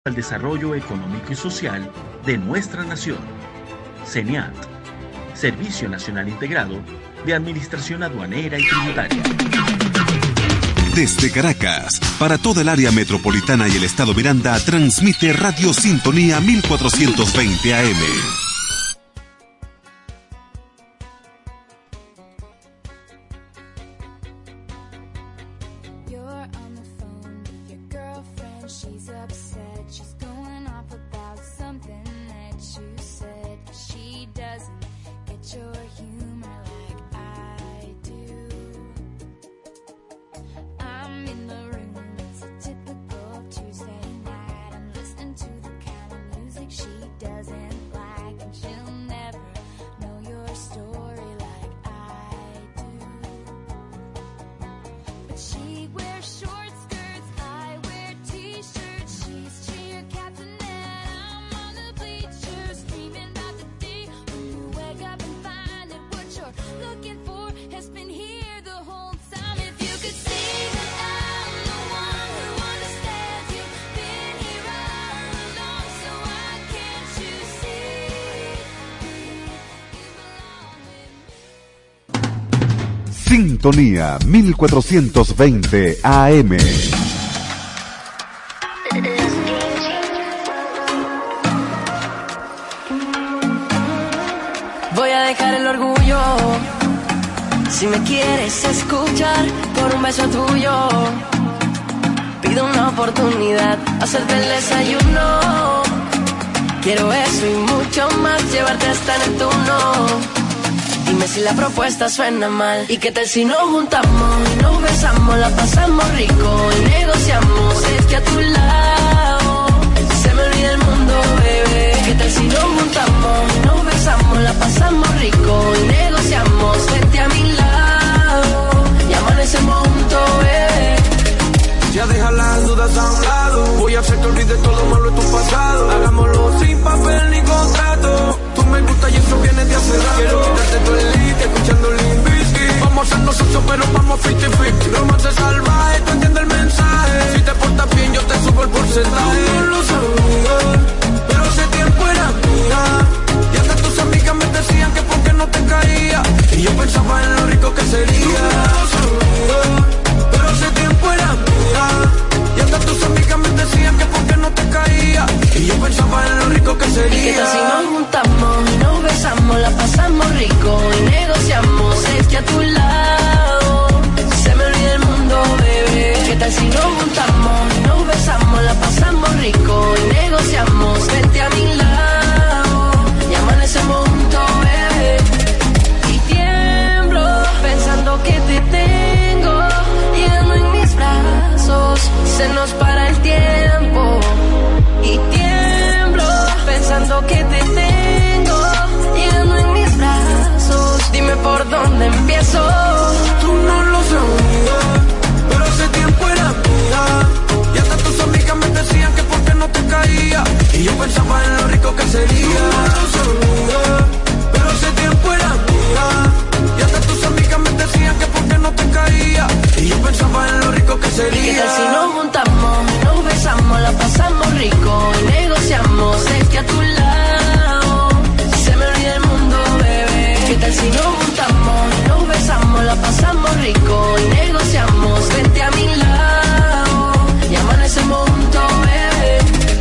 al desarrollo económico y social de nuestra nación. CENIAT, Servicio Nacional Integrado de Administración Aduanera y Tributaria. Desde Caracas, para toda el área metropolitana y el estado Miranda, transmite Radio Sintonía 1420 AM. Sintonía 1420 AM. Voy a dejar el orgullo. Si me quieres escuchar, por un beso tuyo. Pido una oportunidad, hacerte el desayuno. Quiero eso y mucho más, llevarte hasta Neptuno. Dime si la propuesta suena mal. ¿Y qué tal si nos juntamos y nos besamos, la pasamos rico y negociamos? Es que a tu lado se me olvida el mundo, bebé. ¿Qué tal si nos juntamos y nos besamos, la pasamos rico y negociamos? Vente a mi lado y amanecemos juntos, bebé. Ya deja las dudas a un lado. Voy a hacer que olvides todo malo de tu pasado. Hagámoslo sin papel ni contrato. Tú me gustas y eso viene de hace rato. Quiero quitarte todo el lead, escuchando Limp Bizkit. Vamos a ser nosotros pero vamos 50-50. Romance salvaje, tú entiendes el mensaje. Si te portas bien yo te subo el porcentaje. Tú no lo sabías, pero hace tiempo era mía. Y hasta tus amigas me decían que por qué no te caía. Y yo pensaba en lo rico que sería. Tú no lo sabías, pero hace tiempo era mía. Y hasta tus amigas me decían que por qué no te caía. Y yo pensaba en lo rico que sería. ¿Y qué tal si nos juntamos y nos besamos, la pasamos rico y negociamos? Es que a tu lado se me olvida el mundo, bebé. ¿Qué tal si nos juntamos y nos besamos, la pasamos rico y negociamos? Vente a mi lado y amanecemos juntos, bebé. Y tiemblo pensando que te tengo llegando en mis brazos. Se nos para el tiempo. Y tiemblo pensando que te tengo llegando en mis brazos. Dime por dónde empiezo. Tú no lo sabías, pero hace tiempo era mía. Y hasta tus amigas me decían que por qué no te caía. Y yo pensaba en lo rico que sería. Tú no lo sabías, pero hace tiempo era mía. Y hasta tus amigas me decían que por qué no te caía. Y yo pensaba en lo rico que sería. ¿Y qué tal si nos juntamos, nos besamos, la pasamos rico y negociamos? Es que a tu lado se me olvida el mundo, bebé. ¿Qué tal si nos juntamos, nos besamos, la pasamos rico y negociamos? Vente a mi lado y amanecemos juntos, bebé.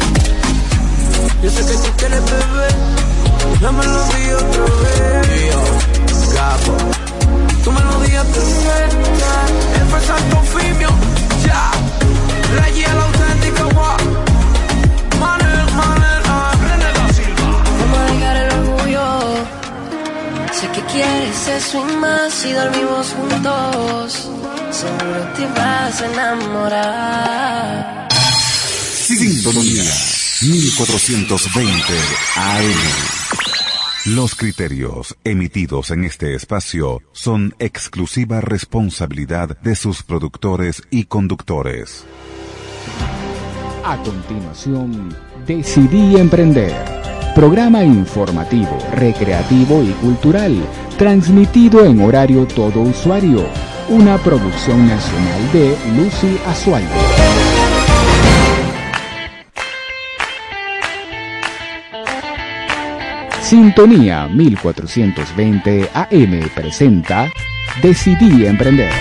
Yo sé que tú quieres beber, la melodía otra vez. Yo, Gabo, tu melodía perfecta. El santo anfibio, ya. Reggie el auténtico, guau. Manel, René da Silva. Vamos a dejar el orgullo. Sé que quieres eso y más. Si dormimos juntos, seguro te vas a enamorar. Sintonía 1420 AM. Los criterios emitidos en este espacio son exclusiva responsabilidad de sus productores y conductores. A continuación, Decidí Emprender. Programa informativo, recreativo y cultural, transmitido en horario todo usuario. Una producción nacional de Lucy Azualde. Sintonía 1420 AM presenta Decidí Emprender.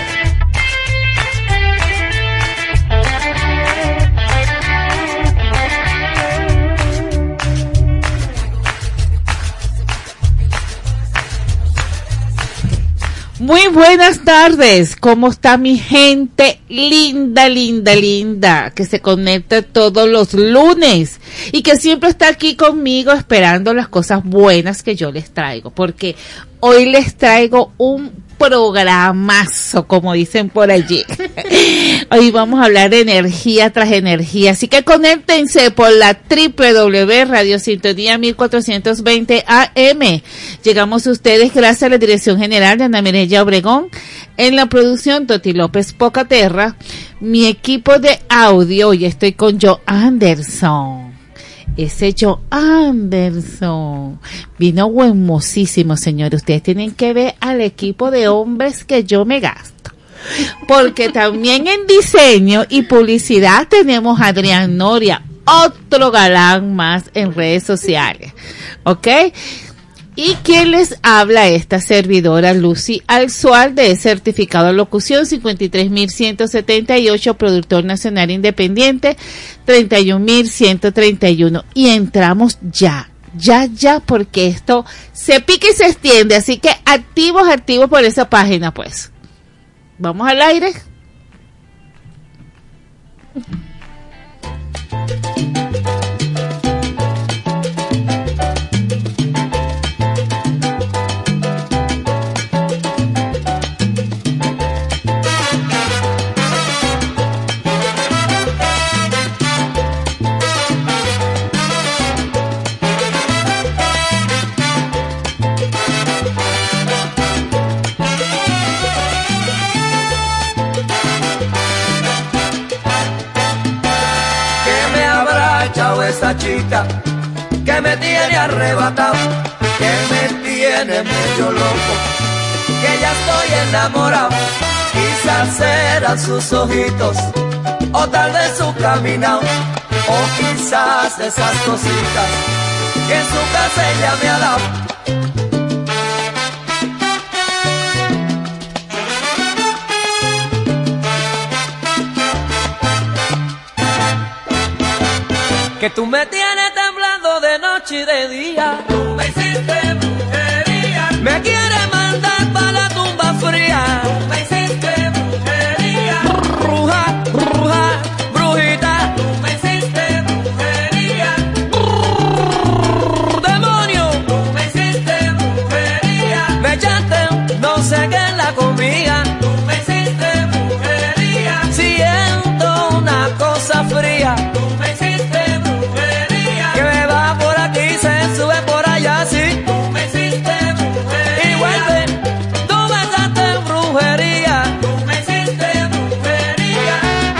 Muy buenas tardes, ¿cómo está mi gente linda, linda, linda, que se conecta todos los lunes y que siempre está aquí conmigo esperando las cosas buenas que yo les traigo? Porque hoy les traigo un programazo, como dicen por allí. Hoy vamos a hablar de energía tras energía, así que conéctense por la www.radiosintonía 1420 AM. Llegamos a ustedes gracias a la dirección general de Ana Mireya Obregón, en la producción Toti López Pocaterra, mi equipo de audio. Hoy estoy con Joe Anderson. Ese Joe Anderson vino hermosísimo, señores. Ustedes tienen que ver al equipo de hombres que yo me gasto, porque también en diseño y publicidad tenemos a Adrián Noria, otro galán más en redes sociales, ¿ok? Y quien les habla, esta servidora Lucy Alzual, de certificado de locución 53178, productor nacional independiente 31131. Y entramos ya, porque esto se pica y se extiende, así que activos por esa página, pues. Vamos al aire. Esa chica que me tiene arrebatado, que me tiene medio loco, que ya estoy enamorado. Quizás serán sus ojitos, o tal vez su caminado, o quizás esas cositas que en su casa ella me ha dado. Que tú me tienes temblando de noche y de día. Tú me hiciste brujería. Me quieres mandar para la tumba fría. Tú me hiciste brujería. Bruja, bruja, brujita. Tú me hiciste brujería. Demonio. Tú me hiciste brujería. Me echaste no sé qué en la comida. Tú me hiciste brujería. Siento una cosa fría. Tú me hiciste sube por allá, sí. Tú me hiciste brujería. Y vuelve, tú me hiciste brujería. Tú me hiciste brujería.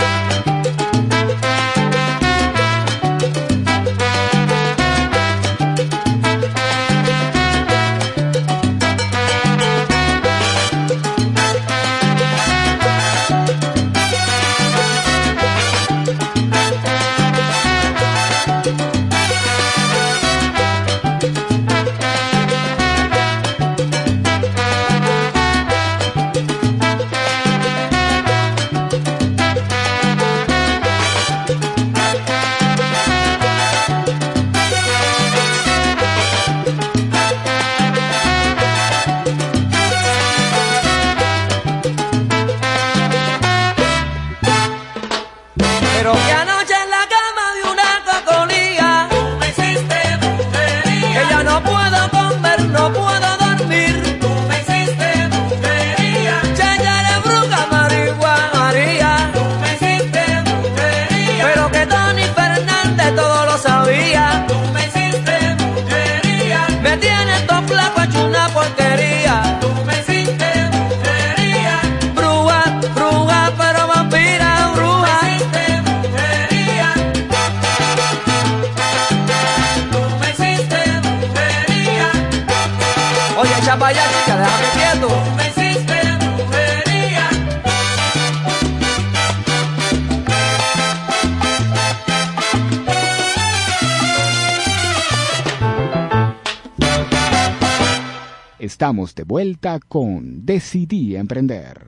echa para allá, chica, déjame quieto. Tú me hiciste brujería. estamos de vuelta con Decidí Emprender.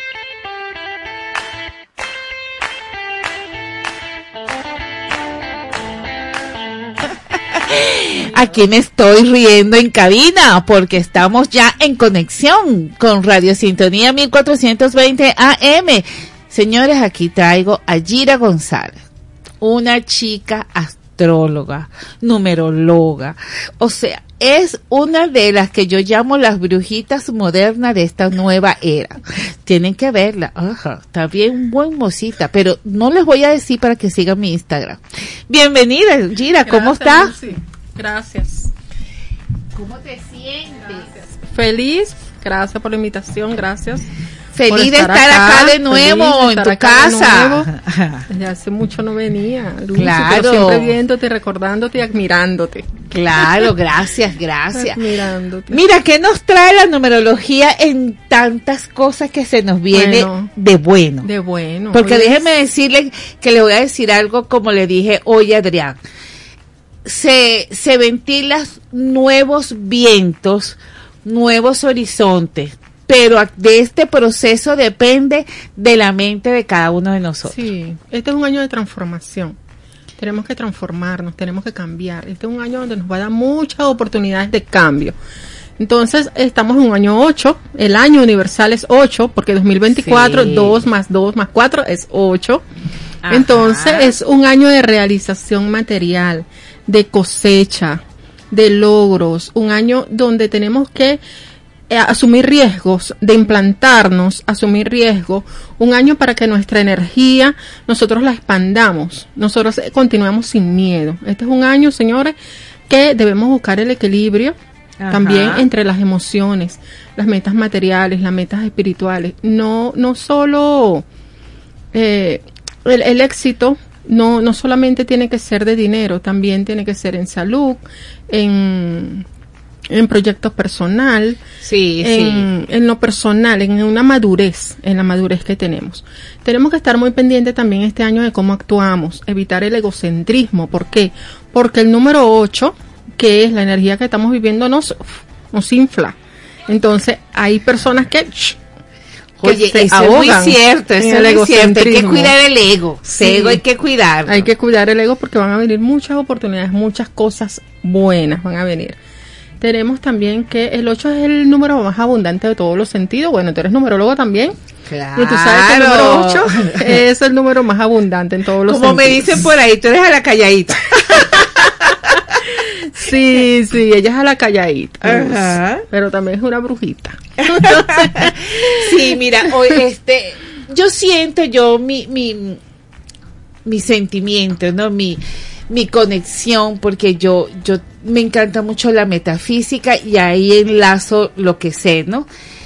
Aquí me estoy riendo en cabina porque estamos ya en conexión con Radio Sintonía 1420 AM. Señores, aquí traigo a Yira González, una chica astróloga, numeróloga, o sea, es una de las que yo llamo las brujitas modernas de esta nueva era. Tienen que verla. Ajá, está bien buen mocita, pero no les voy a decir para que sigan mi Instagram. Bienvenida, Yira, ¿cómo estás? Lucy. Gracias. ¿Cómo te sientes? Gracias. Feliz, gracias por la invitación, gracias. Feliz de estar acá de nuevo en tu casa. Desde hace mucho no venía, Lucy, claro. Pero siempre viéndote, recordándote y admirándote. Claro, gracias. Admirándote. Mira, ¿qué nos trae la numerología en tantas cosas que se nos viene de bueno? De bueno. Porque pues, déjeme decirle que le voy a decir algo como le dije hoy a Adrián. Se ventilan nuevos vientos, nuevos horizontes, pero de este proceso depende de la mente de cada uno de nosotros. Sí, este es un año de transformación. Tenemos que transformarnos, tenemos que cambiar. Este es un año donde nos va a dar muchas oportunidades de cambio. Entonces, estamos en un año 8, el año universal es 8, porque 2024, sí. 2 más 2 más 4 es 8. Ajá. Entonces, es un año de realización material, de cosecha, de logros, un año donde tenemos que asumir riesgos, de implantarnos, asumir riesgos, un año para que nuestra energía nosotros la expandamos, nosotros continuemos sin miedo. Este es un año, señores, que debemos buscar el equilibrio. Ajá. También entre las emociones, las metas materiales, las metas espirituales. No solo el éxito no solamente tiene que ser de dinero, también tiene que ser en salud, en proyectos personal, en lo personal, en una madurez, en la madurez que tenemos. Tenemos que estar muy pendientes también este año de cómo actuamos, evitar el egocentrismo. ¿Por qué? Porque el número 8, que es la energía que estamos viviendo, nos infla. Entonces, hay personas que oye, eso es muy cierto, eso es muy cierto. Hay que cuidar el ego. Sí. El ego hay que cuidarlo. Hay que cuidar el ego porque van a venir muchas oportunidades, muchas cosas buenas van a venir. Tenemos también que el 8 es el número más abundante de todos los sentidos. Bueno, tú eres numerólogo también. Claro. Y tú sabes que el número 8 es el número más abundante en todos los sentidos. Como me dicen por ahí, tú eres a la calladita. Sí, ella es a la calladita. Ajá. Pero también es una brujita. Sí, mira, hoy yo siento mi sentimiento, ¿no? Mi conexión, porque yo me encanta mucho la metafísica y ahí enlazo lo que sé, ¿no?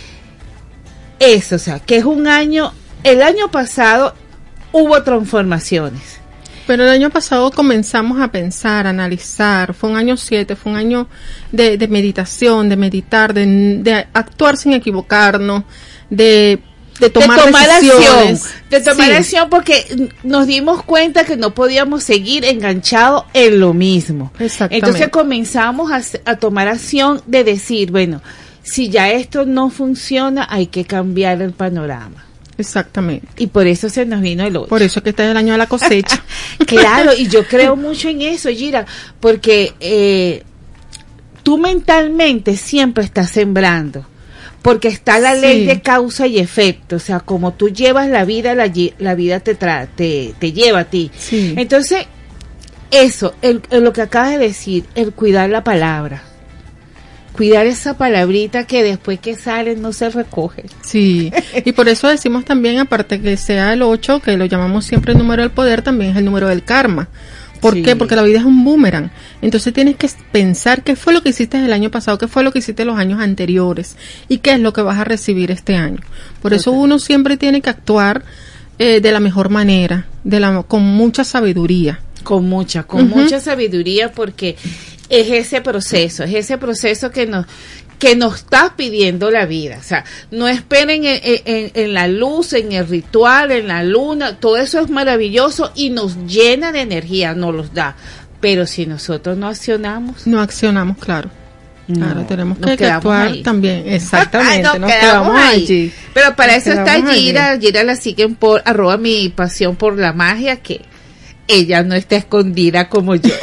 Eso, o sea, que es un año, el año pasado hubo transformaciones. Pero el año pasado comenzamos a pensar, a analizar, fue un año 7, fue un año de meditación, de meditar, de actuar sin equivocarnos, de tomar decisiones. De tomar acción porque nos dimos cuenta que no podíamos seguir enganchados en lo mismo. Exactamente. Entonces comenzamos a tomar acción de decir, bueno, si ya esto no funciona, hay que cambiar el panorama. Exactamente. Y por eso se nos vino el 8. Por eso es que este es el año de la cosecha. Claro, y yo creo mucho en eso, Yira, porque tú mentalmente siempre estás sembrando. Porque está la ley de causa y efecto, o sea, como tú llevas la vida, la vida te lleva a ti. Sí. Entonces, eso, lo que acabas de decir, el cuidar la palabra, cuidar esa palabrita que después que sale no se recoge. Sí, y por eso decimos también, aparte que sea el 8, que lo llamamos siempre el número del poder, también es el número del karma. ¿Por qué? Porque la vida es un boomerang. Entonces tienes que pensar qué fue lo que hiciste el año pasado, qué fue lo que hiciste los años anteriores y qué es lo que vas a recibir este año. Por eso uno siempre tiene que actuar de la mejor manera, con mucha sabiduría. Con mucha sabiduría, porque es ese proceso que nos está pidiendo la vida. O sea, no esperen en la luz, en el ritual, en la luna, todo eso es maravilloso y nos llena de energía, nos los da. Pero si nosotros no accionamos, claro. Claro, tenemos nos que quedamos actuar ahí. también, exactamente, Nos nos quedamos quedamos ahí. allí. Pero para Nos eso está quedamos Gira. Gira la siguen por @mi pasión por la magia, que ella no está escondida como yo.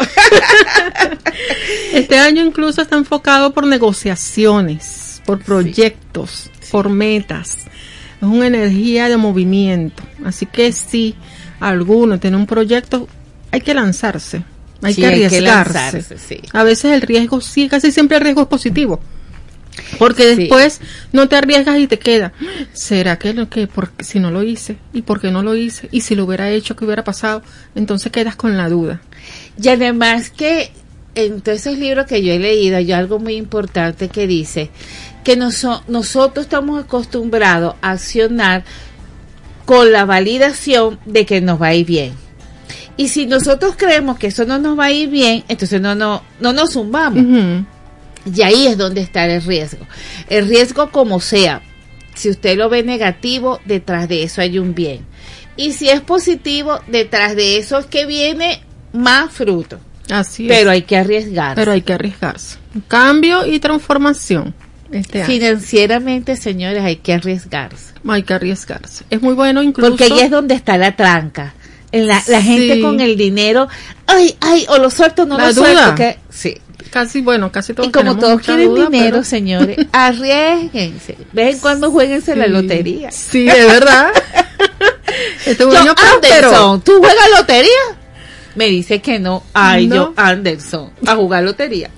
Este año incluso está enfocado por negociaciones, por proyectos, por metas. Es una energía de movimiento. Así que si alguno tiene un proyecto, hay que lanzarse. Hay Sí, que hay que arriesgarse. lanzarse, sí. A veces el riesgo, sí, casi siempre el riesgo es positivo. Porque Sí. después no te arriesgas y te queda. ¿Será que porque si no lo hice? ¿Y por qué no lo hice? ¿Y si lo hubiera hecho, qué hubiera pasado? Entonces quedas con la duda. Y además que en todos esos libros que yo he leído hay algo muy importante que dice que nosotros estamos acostumbrados a accionar con la validación de que nos va a ir bien. Y si nosotros creemos que eso no nos va a ir bien, entonces no nos zumbamos. Ujú. Y ahí es donde está el riesgo. El riesgo como sea. Si usted lo ve negativo, detrás de eso hay un bien. Y si es positivo, detrás de eso es que viene más fruto. Así es. Pero hay que arriesgar. Pero hay que arriesgarse. Cambio y transformación. Este año. Financieramente, señores, hay que arriesgarse. Hay que arriesgarse. Es muy bueno incluso. Porque ahí es donde está la tranca. La gente Sí. con el dinero, ay, o lo suelto, no La lo suelto. duda. Que, sí. Casi todos Y como tenemos todos mucha quieren duda, dinero, pero- señores, arriesguense. De vez en cuando jueguense la Sí. lotería. Sí, de verdad. Este es un Yo, año próspero. Anderson, ¿tú juegas lotería? Me dice que no. Ay, No. yo, Anderson, a jugar lotería.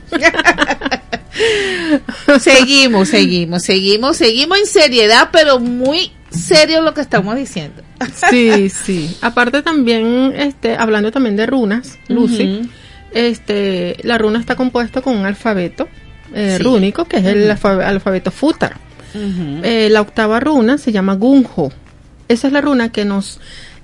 seguimos en seriedad, pero muy serio lo que estamos diciendo. Sí, sí. Aparte también, hablando también de runas, Lucy, Ujú. la runa está compuesta con un alfabeto Sí. rúnico, que es el alfabeto Futar. Ujú. La octava runa se llama Gunjo. Esa es la runa que nos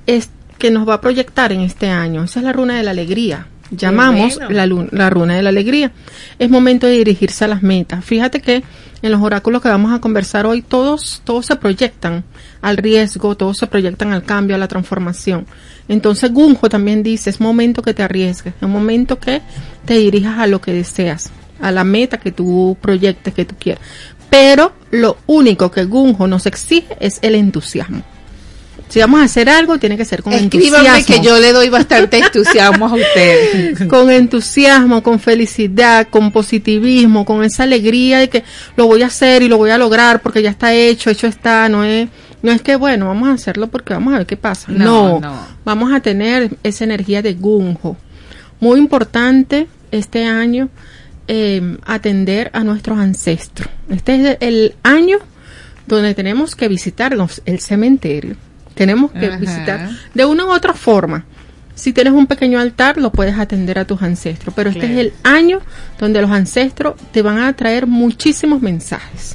va a proyectar en este año. Esa es la runa de la alegría. Llamamos bueno. la runa de la alegría. Es momento de dirigirse a las metas. Fíjate que en los oráculos que vamos a conversar hoy, todos se proyectan al riesgo, todos se proyectan al cambio, a la transformación. Entonces Gunjo también dice, es momento que te arriesgues, es momento que te dirijas a lo que deseas, a la meta que tú proyectes, que tú quieras. Pero lo único que Gunjo nos exige es el entusiasmo. Si vamos a hacer algo, tiene que ser con Escríbanme entusiasmo. que yo le doy bastante entusiasmo a ustedes. Con entusiasmo, con felicidad, con positivismo, con esa alegría de que lo voy a hacer y lo voy a lograr porque ya está hecho está, no es que bueno, vamos a hacerlo porque vamos a ver qué pasa. No. Vamos a tener esa energía de Gunjo. Muy importante este año atender a nuestros ancestros. Este es el año donde tenemos que visitarnos el cementerio. Tenemos que Ajá. visitar de una u otra forma. Si tienes un pequeño altar, lo puedes atender a tus ancestros. Pero este Claro. es el año donde los ancestros te van a traer muchísimos mensajes.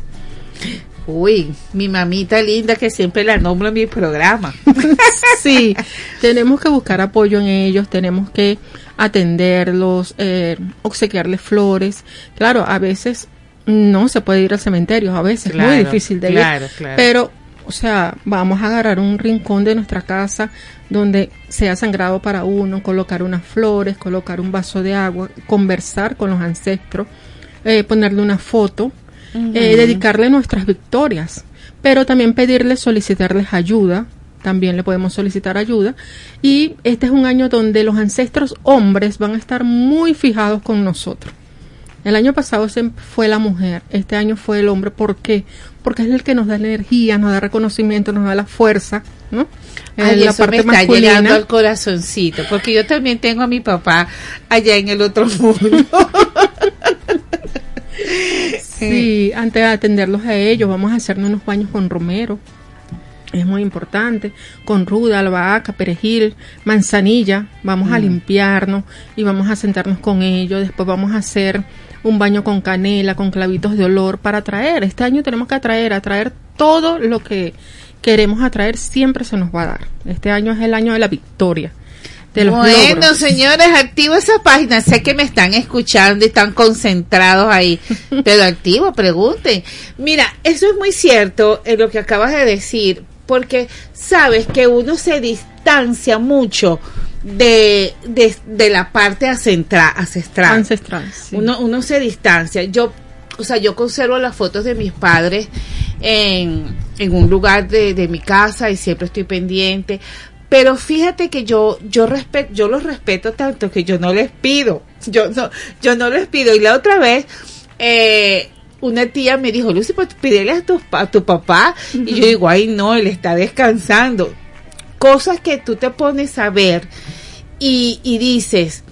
Uy, mi mamita linda que siempre la nombro en mi programa. Sí, tenemos que buscar apoyo en ellos, tenemos que atenderlos, obsequiarles flores. Claro, a veces no se puede ir al cementerio, a veces es muy Claro, difícil de claro, ir. claro. Pero, o sea, vamos a agarrar un rincón de nuestra casa donde sea sagrado para uno, colocar unas flores, colocar un vaso de agua, conversar con los ancestros, ponerle una foto, dedicarle nuestras victorias, pero también pedirles, solicitarles ayuda. También le podemos solicitar ayuda. Y este es un año donde los ancestros hombres van a estar muy fijados con nosotros. El año pasado fue la mujer, este año fue el hombre. ¿Por qué? Porque es el que nos da energía, nos da reconocimiento, nos da la fuerza, ¿no? Ay, La eso me está llegando al corazoncito, porque yo también tengo a mi papá allá en el otro mundo. Sí, antes de atenderlos a ellos, vamos a hacernos unos baños con romero. Es muy importante, con ruda, albahaca, perejil, manzanilla. Vamos a limpiarnos y vamos a sentarnos con ellos. Después vamos a hacer un baño con canela, con clavitos de olor para atraer. Este año tenemos que atraer todo lo que queremos atraer, siempre se nos va a dar. Este año es el año de la victoria, de los Bueno, logros. señores, activo esa página. Sé que me están escuchando y están concentrados ahí, pero activo, pregunten. Mira, eso es muy cierto lo que acabas de decir, porque sabes que uno se distancia mucho de la parte ancestral. Sí. Uno se distancia. Yo o sea, yo conservo las fotos de mis padres en un lugar de mi casa y siempre estoy pendiente. Pero fíjate que yo los respeto tanto que yo no les pido. Yo no les pido. Y la otra vez, una tía me dijo, Lucy, pues pídele a tu papá. Uh-huh. Y yo digo, ay no, él está descansando. Cosas que tú te pones a ver y dices,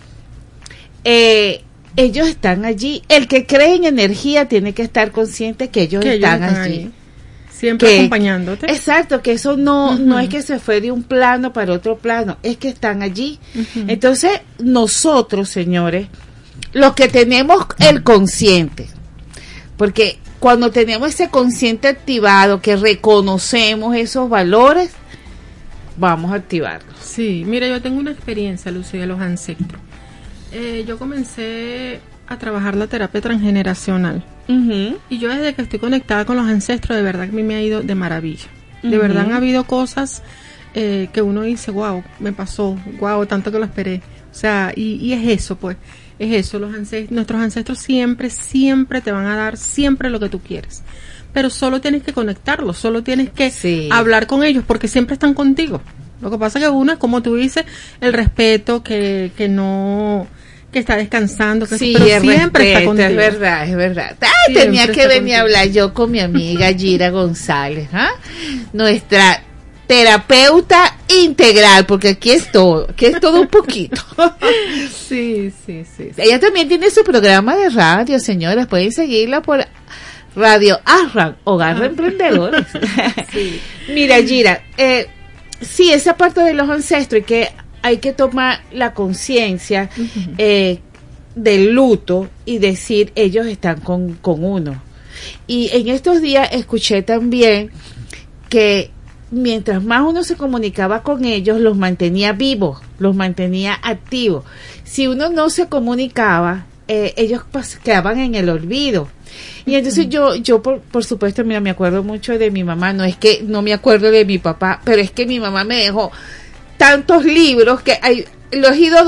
ellos están allí. El que cree en energía tiene que estar consciente que ellos están allí. Ahí. Siempre acompañándote. Exacto, que eso no es que se fue de un plano para otro plano, es que están allí. Uh-huh. Entonces, nosotros, señores, los que tenemos el consciente, porque cuando tenemos ese consciente activado, que reconocemos esos valores, vamos a activarlos. Sí, mira, yo tengo una experiencia, Lucía, de los ancestros. Yo comencé a trabajar la terapia transgeneracional. Uh-huh. Y yo desde que estoy conectada con los ancestros, de verdad que a mí me ha ido de maravilla. De uh-huh. verdad han habido cosas que uno dice, wow, me pasó, wow, tanto que lo esperé. O sea, y es eso, pues, es eso. Nuestros ancestros siempre te van a dar siempre lo que tú quieres. Pero solo tienes que conectarlos, solo tienes que hablar con ellos, porque siempre están contigo. Lo que pasa es que uno es, como tú dices, el respeto que está descansando, pero siempre está contigo. Es verdad. Ay, tenía que venir a hablar yo con mi amiga Gira González, nuestra terapeuta integral, porque aquí es todo un poquito. Sí. Ella también tiene su programa de radio, señoras, pueden seguirla por Radio Arran, Hogar de Emprendedores. Sí. Mira, Gira, sí, esa parte de los ancestros, y que hay que tomar la conciencia uh-huh. Del luto y decir, ellos están con uno. Y en estos días escuché también que mientras más uno se comunicaba con ellos, los mantenía vivos, los mantenía activos. Si uno no se comunicaba, ellos quedaban en el olvido. Y entonces yo por supuesto, mira, me acuerdo mucho de mi mamá. No es que no me acuerdo de mi papá, pero es que mi mamá me dejó tantos libros que los he ido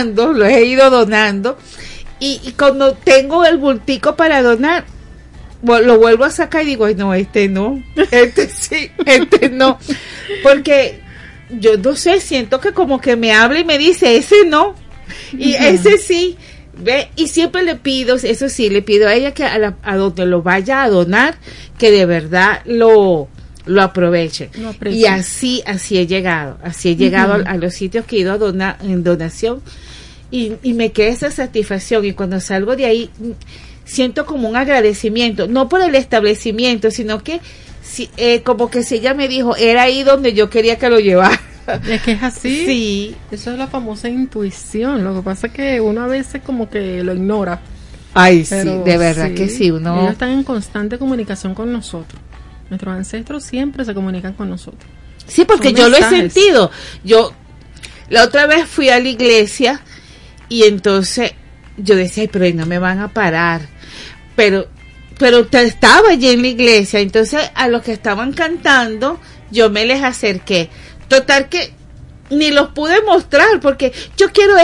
donando y cuando tengo el bultico para donar, lo vuelvo a sacar y digo, ay no, este no, este no, porque yo no sé, siento que como que me habla y me dice, ese no, y uh-huh. ese sí, ¿ve? Y siempre le pido, eso sí, le pido a ella que a donde lo vaya a donar, que de verdad lo aproveche. Y así he llegado uh-huh. a los sitios que he ido a donar en donación y me queda esa satisfacción, y cuando salgo de ahí siento como un agradecimiento, no por el establecimiento, sino que como que si ella me dijo, era ahí donde yo quería que lo llevara. Es que es así. Sí. Eso es la famosa intuición. Lo que pasa es que uno a veces como que lo ignora. Ay, pero sí, de verdad que sí. Ellos están en constante comunicación con nosotros. Nuestros ancestros siempre se comunican con nosotros. Sí, porque yo lo he sentido. Yo la otra vez fui a la iglesia y entonces yo decía, ay, pero ahí no me van a parar. Pero estaba allí en la iglesia, entonces a los que estaban cantando yo me les acerqué. Total que ni los pude mostrar porque yo quiero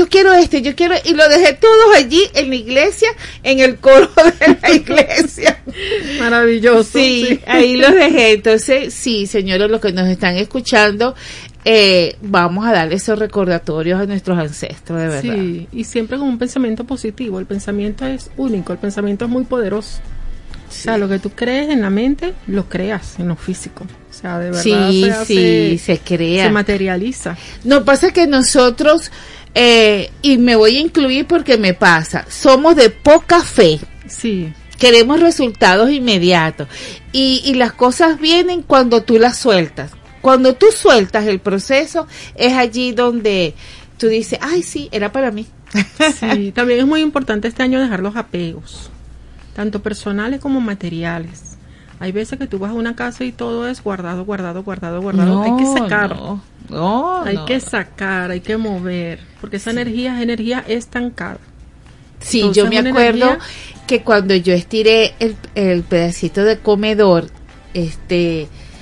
y lo dejé todos allí en la iglesia, en el coro de la iglesia. Maravilloso. Sí, ahí los dejé. Entonces, sí, señores, los que nos están escuchando, vamos a darle esos recordatorios a nuestros ancestros, de verdad. Sí, y siempre con un pensamiento positivo. El pensamiento es único, el pensamiento es muy poderoso. Sí. O sea, lo que tú crees en la mente, lo creas en lo físico. O sea, de verdad se crea. Se materializa. No, pasa que nosotros, y me voy a incluir porque me pasa, somos de poca fe. Sí. Queremos resultados inmediatos. Y las cosas vienen cuando tú las sueltas. Cuando tú sueltas el proceso, es allí donde tú dices, ay, sí, era para mí. Sí, también es muy importante este año dejar los apegos, tanto personales como materiales. Hay veces que tú vas a una casa y todo es guardado. No, hay que sacar. Hay que sacar, hay que mover, porque esa energía es energía estancada. Sí, entonces, yo me acuerdo que cuando yo estiré el pedacito de comedor,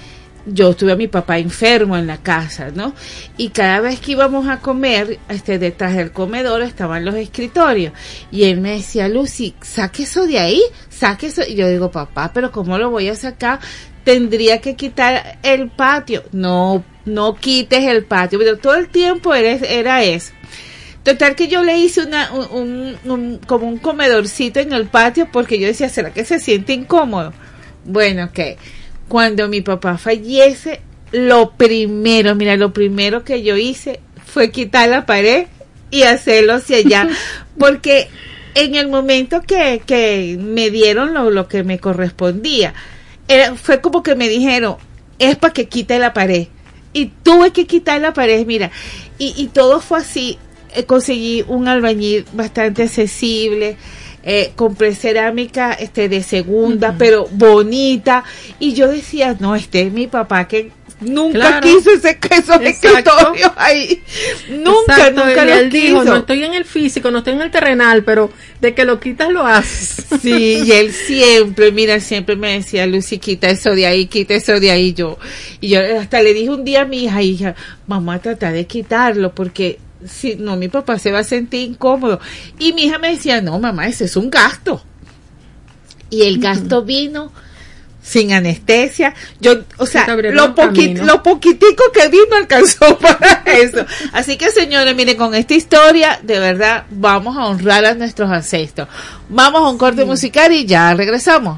yo tuve a mi papá enfermo en la casa, ¿no? Y cada vez que íbamos a comer, detrás del comedor estaban los escritorios. Y él me decía, Lucy, saque eso de ahí, saque eso. Y yo digo, papá, pero ¿cómo lo voy a sacar? Tendría que quitar el patio. No quites el patio. Pero todo el tiempo era eso. Total que yo le hice como un comedorcito en el patio porque yo decía, ¿será que se siente incómodo? Bueno, que cuando mi papá fallece, lo primero que yo hice fue quitar la pared y hacerlo hacia allá, porque en el momento que me dieron lo que me correspondía, fue como que me dijeron, es para que quite la pared, y tuve que quitar la pared, mira, y todo fue así. Conseguí un albañil bastante accesible, compré cerámica de segunda, pero bonita, y yo decía, no, es mi papá que nunca quiso esos escritorios ahí, nunca lo él quiso. Dijo, no estoy en el físico, no estoy en el terrenal, pero de que lo quitas lo haces. Sí, y él siempre me decía, Lucy, quita eso de ahí, y yo hasta le dije un día a mi hija, vamos a tratar de quitarlo, porque si no, mi papá se va a sentir incómodo. Y mi hija me decía, no, mamá, ese es un gasto. Y el gasto vino sin anestesia. Lo poquitico que vino alcanzó para eso. Así que, señores, miren, con esta historia, de verdad, vamos a honrar a nuestros ancestros. Vamos a un corte musical y ya regresamos.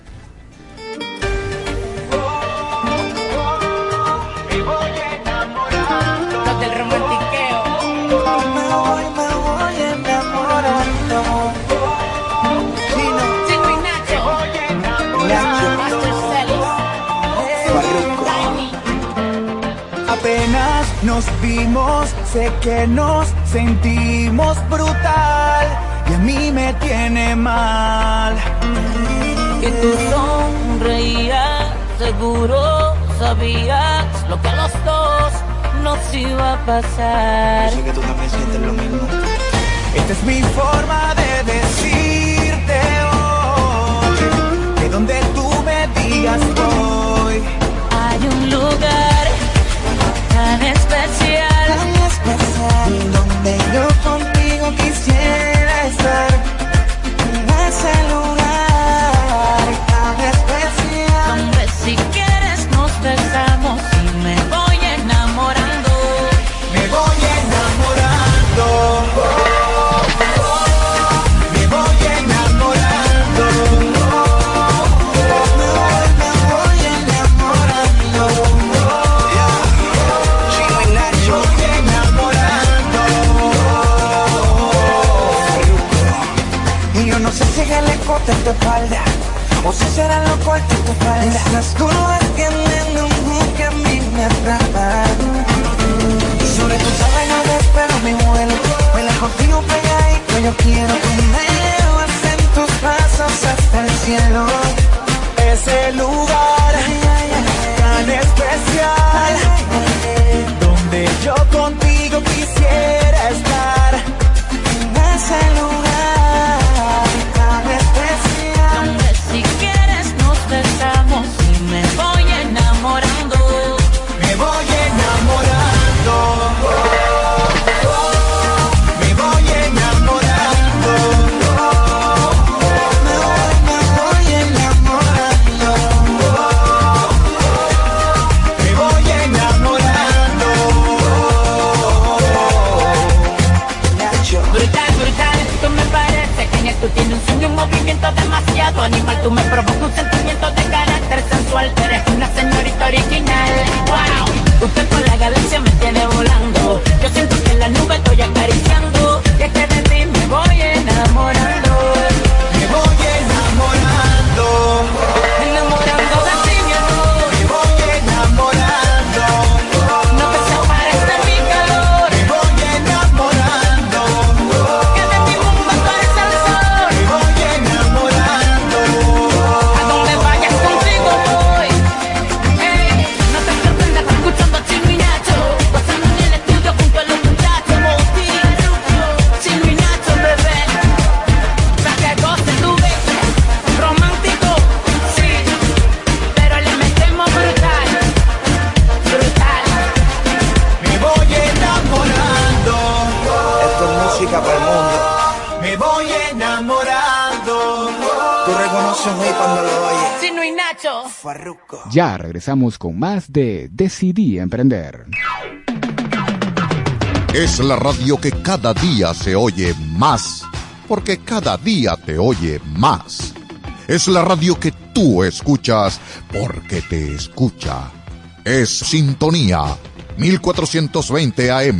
Apenas nos vimos, sé que nos sentimos brutal y a mí me tiene mal. Que tú sonreías, seguro sabías lo que a los dos nos iba a pasar. Yo sé que tú también sientes lo mismo. Esta es mi forma de decirte hoy, que donde tú me digas voy. Hay un lugar tan especial, donde yo contigo quisiera estar. En ese lugar tan especial, donde si quieres nos besamos y me voy enamorando. Me voy enamorando. Me voy enamorando. Me voy enamorando. Chino y Nacho. Me voy enamorando. Y yo no sé si es el escote en tu espalda o si será lo corto en tu espalda. Esas curvas tienen un hook que a mí me atrapan. Sobre tu sábana espero mi vuelo. Vuela contigo pegadito, yo quiero que me llevas en tus brazos hasta el cielo. Ese lugar tan especial, donde yo contigo quisiera estar. En ese lugar tan especial, donde si quieres nos besamos y me voy enamorando. me voy enamorando. Me voy enamorando. Me voy enamorando. Me voy enamorando. Nacho. Brutal, tú me parece genial. Tú tienes un sueño, un movimiento demasiado animal. Tú me provocas un sentimiento de carácter sensual. Tú eres una señorita original. Wow, usted con la galaxia me tiene volando. Yo siento que en la nube estoy acariciando. Y es que de ti me voy enamorando. Me voy enamorando. Enamorando de ti, mi amor. Me voy enamorando. No te separes de mi calor. Me voy enamorando. Que de mi mundo tú eres el sol. Me voy enamorando. A donde vayas contigo voy. No te sorprendas escuchando Chino y estoy enamorado. Tú reconoces un hit cuando lo oyes. Chino y Nacho. Farruko. Ya regresamos con más de Decidí Emprender. Es la radio que cada día se oye más, porque cada día te oye más. Es la radio que tú escuchas, porque te escucha. Es Sintonía 1420 AM.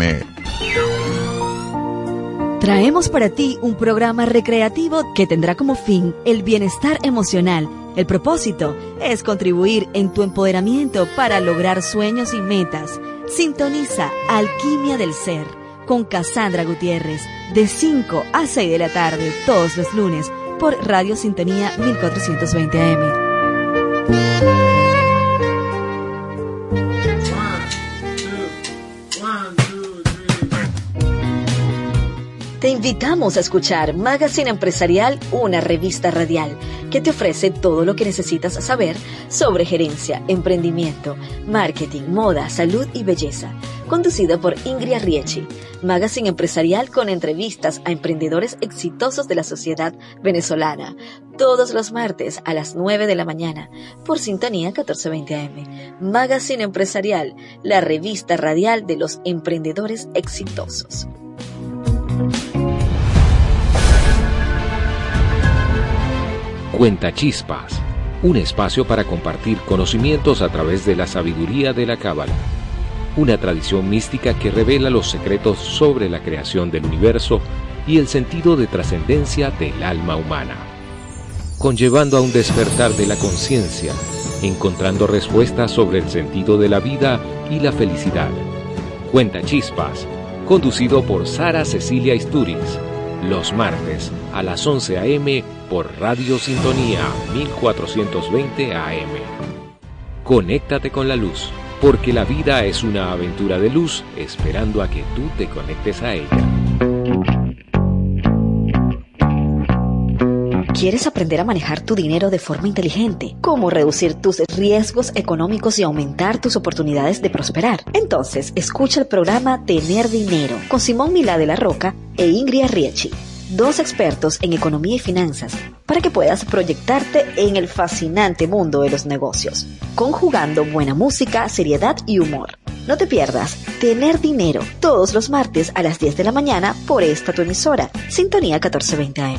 Traemos para ti un programa recreativo que tendrá como fin el bienestar emocional. El propósito es contribuir en tu empoderamiento para lograr sueños y metas. Sintoniza Alquimia del Ser con Cassandra Gutiérrez de 5 a 6 de la tarde todos los lunes por Radio Sintonía 1420 AM. Te invitamos a escuchar Magazine Empresarial, una revista radial que te ofrece todo lo que necesitas saber sobre gerencia, emprendimiento, marketing, moda, salud y belleza. Conducido por Ingrid Riechi. Magazine Empresarial con entrevistas a emprendedores exitosos de la sociedad venezolana. Todos los martes a las 9 de la mañana por Sintonía 1420 AM. Magazine Empresarial, la revista radial de los emprendedores exitosos. Cuenta Chispas, un espacio para compartir conocimientos a través de la sabiduría de la Cábala, una tradición mística que revela los secretos sobre la creación del universo y el sentido de trascendencia del alma humana, conllevando a un despertar de la conciencia, encontrando respuestas sobre el sentido de la vida y la felicidad. Cuenta Chispas, conducido por Sara Cecilia Isturiz, los martes a las 11 a.m. por Radio Sintonía 1420 AM. Conéctate con la luz, porque la vida es una aventura de luz esperando a que tú te conectes a ella. ¿Quieres aprender a manejar tu dinero de forma inteligente? ¿Cómo reducir tus riesgos económicos y aumentar tus oportunidades de prosperar? Entonces, escucha el programa Tener Dinero con Simón Milá de la Roca e Ingrid Riechi, dos expertos en economía y finanzas, para que puedas proyectarte en el fascinante mundo de los negocios, conjugando buena música, seriedad y humor. No te pierdas Tener Dinero todos los martes a las 10 de la mañana por esta tu emisora, Sintonía 1420 AM.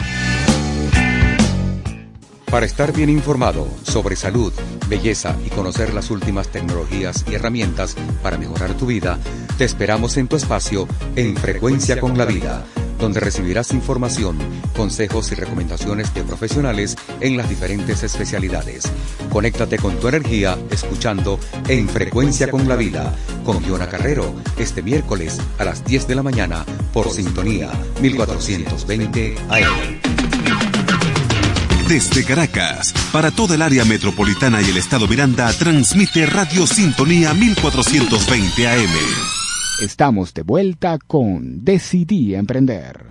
Para estar bien informado sobre salud, belleza y conocer las últimas tecnologías y herramientas para mejorar tu vida, te esperamos en tu espacio En Frecuencia con la Vida, donde recibirás información, consejos y recomendaciones de profesionales en las diferentes especialidades. Conéctate con tu energía escuchando En Frecuencia con la Vida con Giona Carrero este miércoles a las 10 de la mañana por Sintonía 1420 AM. Desde Caracas, para toda el área metropolitana y el estado Miranda, transmite Radio Sintonía 1420 AM. Estamos de vuelta con Decidí Emprender.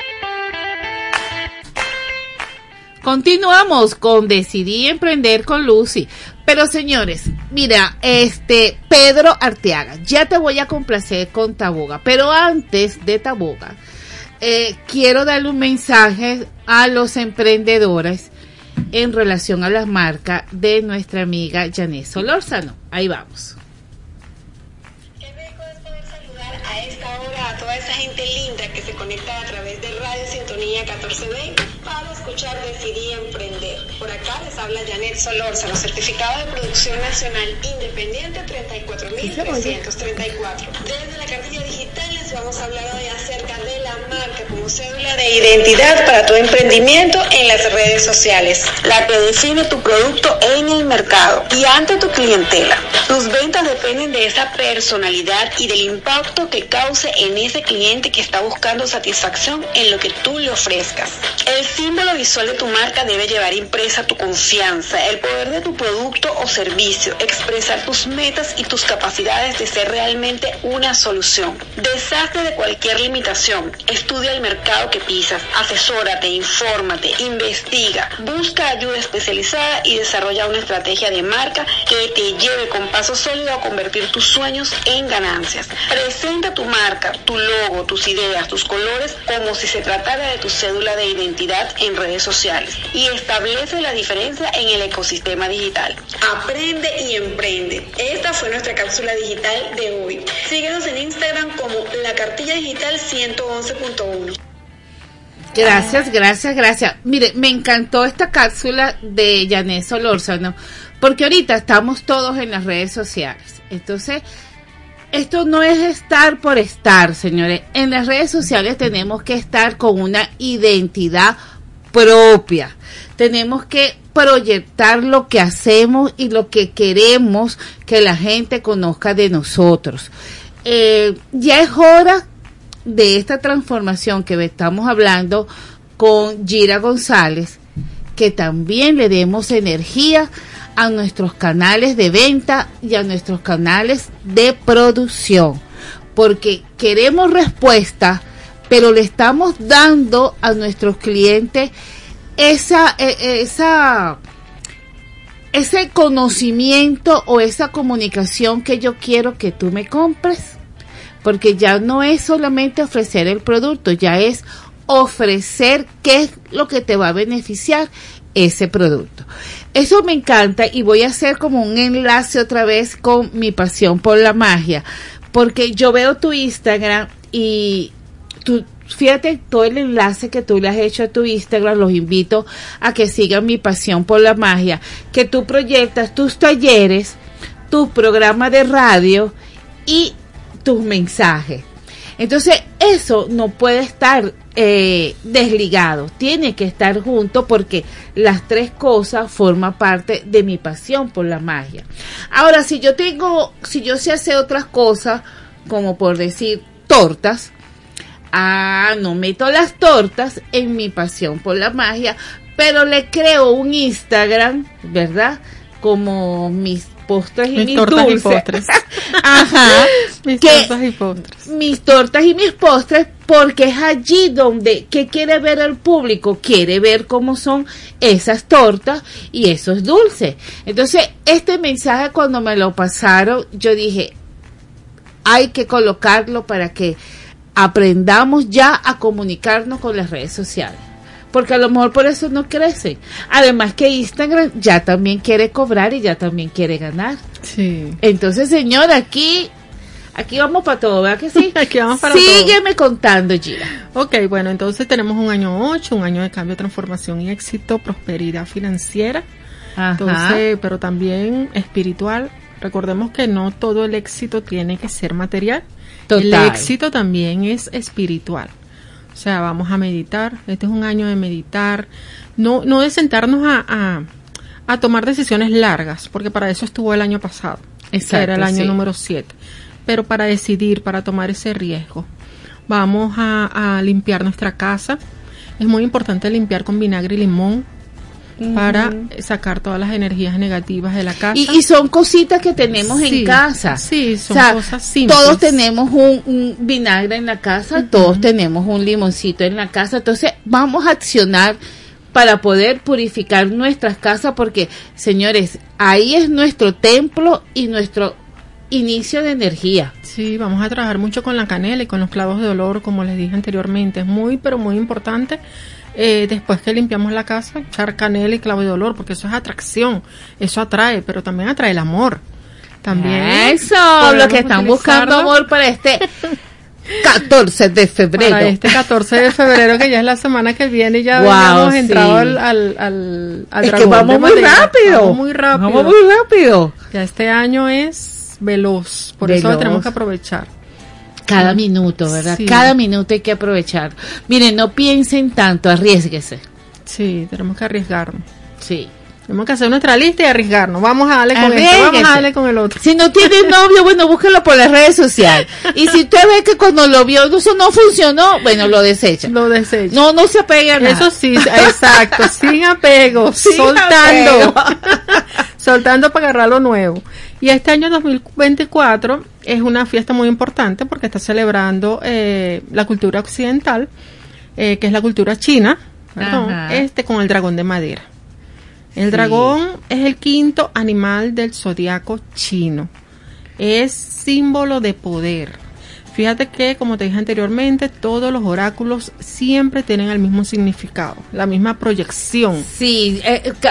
Continuamos con Decidí Emprender con Lucy. Pero señores, mira, Pedro Arteaga, ya te voy a complacer con Taboga, pero antes de Taboga, quiero darle un mensaje a los emprendedores en relación a las marcas de nuestra amiga Janet Solórzano. Ahí vamos. Qué rico es poder saludar a esta hora a toda esa gente linda que se conecta a través de Radio Sintonía 1420 para escuchar Decidí Emprender. Por acá les habla Janet Solórzano, certificado de producción nacional independiente 34.334. Desde la cartilla digital les vamos a hablar hoy acerca de la marca como cédula de identidad para tu emprendimiento en las redes sociales, la que define tu producto en el mercado y ante tu clientela. Tus ventas dependen de esa personalidad y del impacto que cause en ese cliente que está buscando satisfacción en lo que tú le ofrezcas. El símbolo visual de tu marca debe llevar impresa tu confianza, el poder de tu producto o servicio, expresar tus metas y tus capacidades de ser realmente una solución. Deshazte de cualquier limitación, estudia el mercado que pisas, asesórate, infórmate, investiga, busca ayuda especializada y desarrolla una estrategia de marca que te lleve con paso sólido a convertir tus sueños en ganancias. Presenta tu marca, tu logo, tus ideas, tus colores como si se tratara de tu cédula de identidad en redes sociales y establece la diferencia en el ecosistema digital. Aprende y emprende. Esta fue nuestra cápsula digital de hoy. Síguenos en Instagram como La Cartilla Digital 111.1. Gracias. Mire, me encantó esta cápsula de Yanet Solórzano, porque ahorita estamos todos en las redes sociales. Entonces, esto no es estar por estar, señores. En las redes sociales tenemos que estar con una identidad propia. Tenemos que proyectar lo que hacemos y lo que queremos que la gente conozca de nosotros. Ya es hora de esta transformación que estamos hablando con Gira González, que también le demos energía a nuestros canales de venta y a nuestros canales de producción, porque queremos respuesta, pero le estamos dando a nuestros clientes ese conocimiento o esa comunicación que yo quiero que tú me compres, porque ya no es solamente ofrecer el producto, ya es ofrecer qué es lo que te va a beneficiar ese producto. Eso me encanta, y voy a hacer como un enlace otra vez con mi pasión por la magia, porque yo veo tu Instagram y tú, fíjate todo el enlace que tú le has hecho a tu Instagram. Los invito a que sigan mi pasión por la magia, que tú proyectas tus talleres, tus programas de radio y tus mensajes. Entonces eso no puede estar desligado, tiene que estar junto, porque las tres cosas forman parte de mi pasión por la magia. Ahora, si yo sé hacer otras cosas, como por decir tortas, no meto las tortas en mi pasión por la magia, pero le creo un Instagram, ¿verdad? Como mis postres y mis tortas dulces. Y postres. Ajá. Tortas y postres. Mis tortas y mis postres, porque es allí donde, ¿qué quiere ver el público? Quiere ver cómo son esas tortas y esos dulces. Entonces, este mensaje cuando me lo pasaron, yo dije, hay que colocarlo para que aprendamos ya a comunicarnos con las redes sociales, porque a lo mejor por eso no crecen. Además que Instagram ya también quiere cobrar y ya también quiere ganar. Sí. Entonces, señora, aquí vamos para todo, ¿verdad que sí? Aquí vamos para Sígueme contando, Gira. Ok, bueno, entonces tenemos un año 8, un año de cambio, transformación y éxito, prosperidad financiera. Ajá. Entonces, pero también espiritual. Recordemos que no todo el éxito tiene que ser material. Total. El éxito también es espiritual. O sea, vamos a meditar. Este es un año de meditar. No de sentarnos a tomar decisiones largas, porque para eso estuvo el año pasado. Exacto, que era el año sí. número 7. Pero para decidir, para tomar ese riesgo. Vamos a limpiar nuestra casa. Es muy importante limpiar con vinagre y limón para sacar todas las energías negativas de la casa. Y son cositas que tenemos en casa. Sí, son cosas simples. Todos tenemos un vinagre en la casa, todos tenemos un limoncito en la casa. Entonces vamos a accionar para poder purificar nuestras casas, porque, señores, ahí es nuestro templo y nuestro inicio de energía. Sí, vamos a trabajar mucho con la canela y con los clavos de olor, como les dije anteriormente. Es muy, pero muy importante. Después que limpiamos la casa, echar canela y clavo de olor, porque eso es atracción, eso atrae, pero también atrae el amor. También eso, lo que están buscando amor para este 14 de febrero. Para este 14 de febrero, que ya es la semana que viene, y ya hemos entrado al es que vamos muy rápido. Vamos muy rápido. Ya este año es veloz, por eso lo tenemos que aprovechar. Cada minuto, ¿verdad? Sí. Cada minuto hay que aprovechar. Miren, no piensen tanto, arriésguese. Sí, tenemos que arriesgarnos. Sí. Tenemos que hacer nuestra lista y arriesgarnos. Vamos a darle con esto, vamos a darle con el otro. Si no tienes novio, bueno, búsquelo por las redes sociales. Y si usted ve que cuando lo vio eso no funcionó, bueno, lo desecha. Lo desecha. No se apega a nada. Eso sí, exacto, sin apego, Sin soltando. apego. Soltando para agarrar lo nuevo. Y este año 2024 es una fiesta muy importante porque está celebrando la cultura occidental, que es la cultura china, perdón, con el dragón de madera. El dragón es el quinto animal del zodiaco chino. Es símbolo de poder. Fíjate que, como te dije anteriormente, todos los oráculos siempre tienen el mismo significado, la misma proyección. Sí,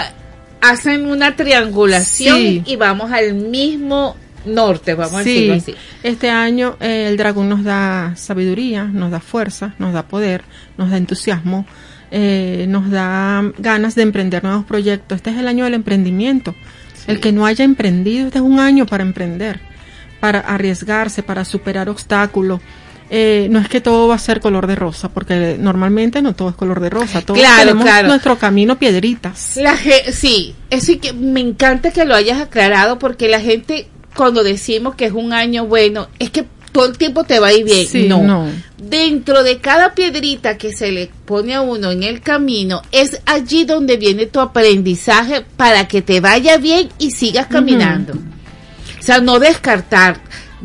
hacen una triangulación y vamos al mismo norte, vamos a decirlo así. Este año el dragón nos da sabiduría, nos da fuerza, nos da poder, nos da entusiasmo, nos da ganas de emprender nuevos proyectos. Este es el año del emprendimiento. El que no haya emprendido, este es un año para emprender, para arriesgarse, para superar obstáculos. No es que todo va a ser color de rosa, porque normalmente no todo es color de rosa. Todos tenemos nuestro camino piedritas. Sí, eso que me encanta que lo hayas aclarado, porque la gente, cuando decimos que es un año bueno, es que todo el tiempo te va a ir bien. Sí, no. Dentro de cada piedrita que se le pone a uno en el camino, es allí donde viene tu aprendizaje para que te vaya bien y sigas caminando. O sea, no descartar,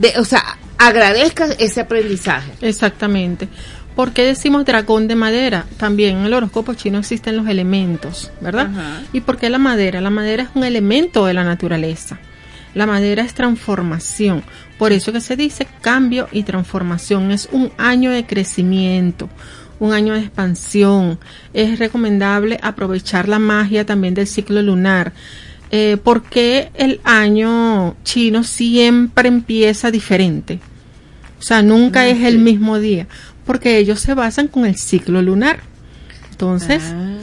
agradezcas ese aprendizaje. Exactamente. ¿Por qué decimos dragón de madera? También en el horóscopo chino existen los elementos, ¿verdad? ¿Y por qué la madera? La madera es un elemento de la naturaleza. La madera es transformación. Por eso que se dice cambio y transformación. Es un año de crecimiento, un año de expansión. Es recomendable aprovechar la magia también del ciclo lunar. Porque el año chino siempre empieza diferente. O sea, nunca es el mismo día. Porque ellos se basan con el ciclo lunar. Entonces,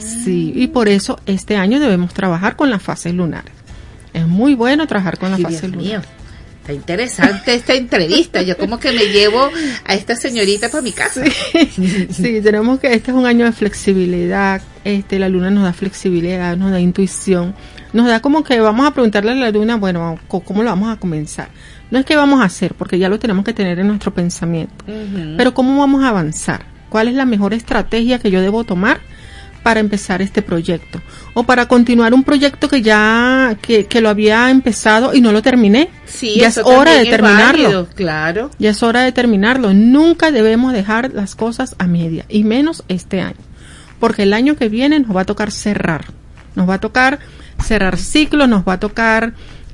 y por eso este año debemos trabajar con las fases lunares. Es muy bueno trabajar con la fase lunar. Está interesante esta entrevista. Yo como que me llevo a esta señorita para mi casa. Sí, tenemos que, este es un año de flexibilidad. La luna nos da flexibilidad, nos da intuición. Nos da como que vamos a preguntarle a la luna, bueno, ¿cómo lo vamos a comenzar? No es que vamos a hacer, porque ya lo tenemos que tener en nuestro pensamiento. Pero ¿cómo vamos a avanzar? ¿Cuál es la mejor estrategia que yo debo tomar para empezar este proyecto? O para continuar un proyecto que ya que lo había empezado y no lo terminé. Sí, ya es hora de terminarlo. Válido, claro. Ya es hora de terminarlo. Nunca debemos dejar las cosas a media, y menos este año. Porque el año que viene nos va a tocar cerrar. Nos va a tocar cerrar ciclos, nos va a tocar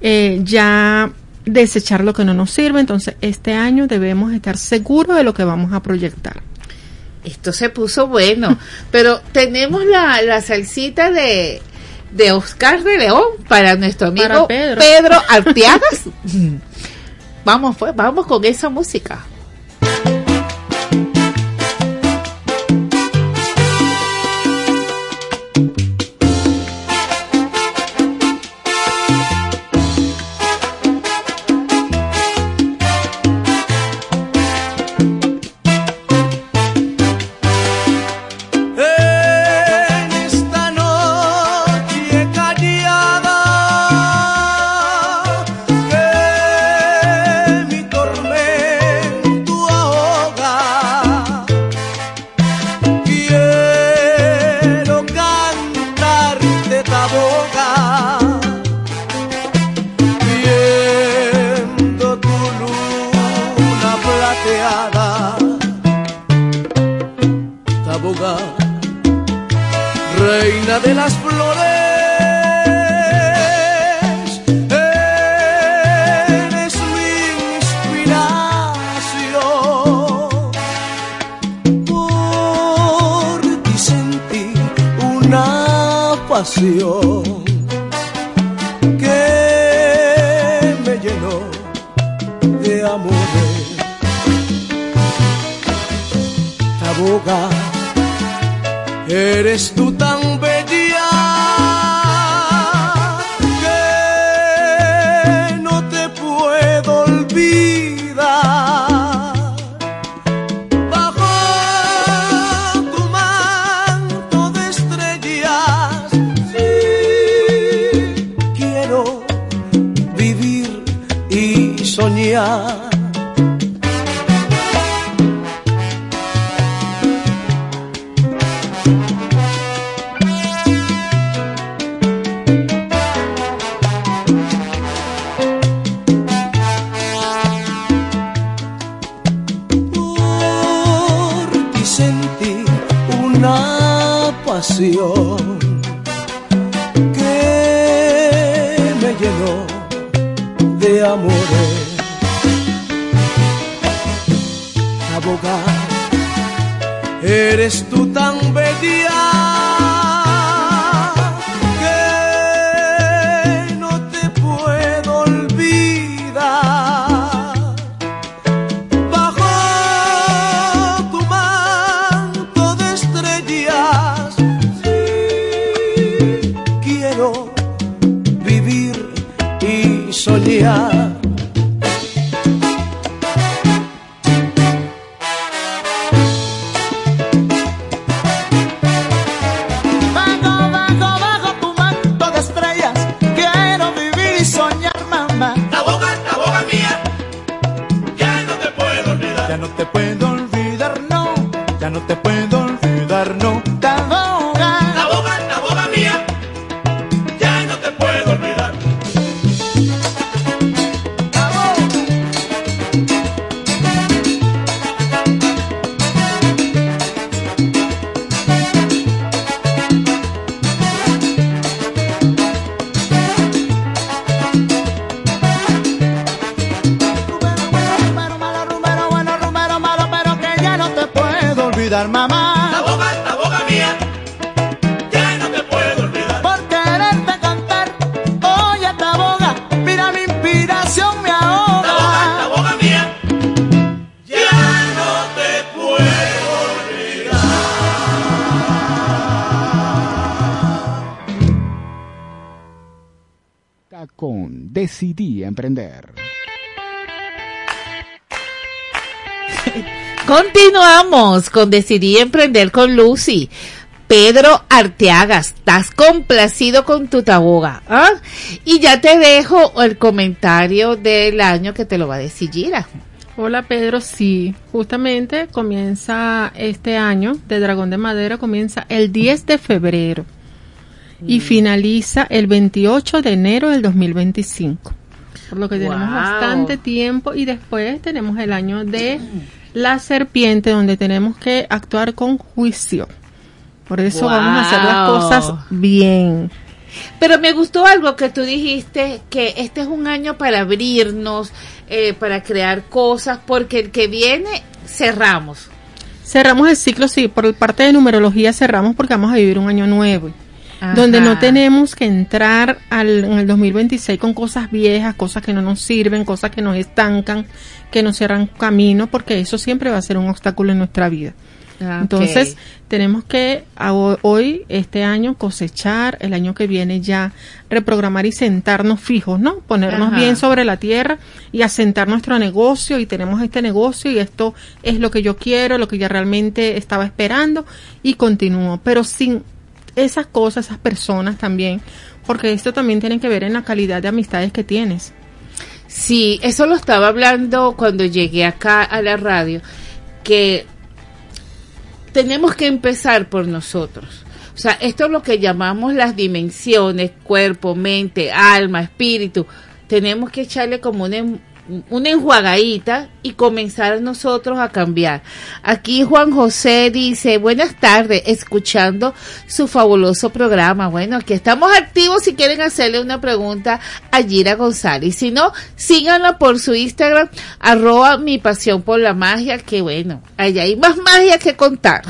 ya desechar lo que no nos sirve. Entonces este año debemos estar seguros de lo que vamos a proyectar. Esto se puso bueno, pero tenemos la salsita de Oscar de León para nuestro amigo Pedro Arteagas. Vamos con esa música. Reina de las flores, eres mi inspiración. Por ti sentí una pasión que me llenó de amores. Taboga, eres tú tan bella que no te puedo olvidar. Bajo tu manto de estrellas, pasión que me llenó de amores. Abogada, eres tú tan bella que no te puedo olvidar. Bajo tu manto de estrellas, sí, quiero vivir y soñar. No te puedo olvidar, no. La boca mía, ya no te puedo olvidar. Mamá, la boca mía, ya no te puedo olvidar. Por quererte cantar, oye esta boca, mira mi inspiración me ahoga. La boca mía, ya no te puedo olvidar. Con Decidí Emprender. Continuamos con Decidí Emprender con Lucy. Pedro Arteaga, estás complacido con tu taboga, ¿ah? Y ya te dejo el comentario del año que te lo va a decir Gira. Hola Pedro, sí, justamente comienza este año de Dragón de Madera, comienza el 10 de febrero y finaliza el 28 de enero del 2025. Por lo que tenemos bastante tiempo y después tenemos el año de la serpiente, donde tenemos que actuar con juicio. Por eso vamos a hacer las cosas bien. Pero me gustó algo que tú dijiste, que este es un año para abrirnos, para crear cosas, porque el que viene cerramos. Cerramos el ciclo, sí, por parte de numerología cerramos porque vamos a vivir un año nuevo. Ajá. Donde no tenemos que entrar en el 2026 con cosas viejas, cosas que no nos sirven, cosas que nos estancan, que nos cierran camino, porque eso siempre va a ser un obstáculo en nuestra vida. Okay. Entonces, tenemos que hoy, este año, cosechar, el año que viene ya reprogramar y sentarnos fijos, ¿no? Ponernos bien sobre la tierra y asentar nuestro negocio, y tenemos este negocio y esto es lo que yo quiero, lo que ya realmente estaba esperando, y continúo, pero sin esas cosas, esas personas también, porque esto también tiene que ver en la calidad de amistades que tienes. Sí, eso lo estaba hablando cuando llegué acá a la radio, que tenemos que empezar por nosotros. O sea, esto es lo que llamamos las dimensiones, cuerpo, mente, alma, espíritu. Tenemos que echarle como una enjuagadita y comenzar nosotros a cambiar. Aquí Juan José dice, buenas tardes, escuchando su fabuloso programa. Bueno, aquí estamos activos si quieren hacerle una pregunta a Gira González. Si no, síganla por su Instagram, @mipasiónporlamagia, que bueno, allá hay más magia que contar.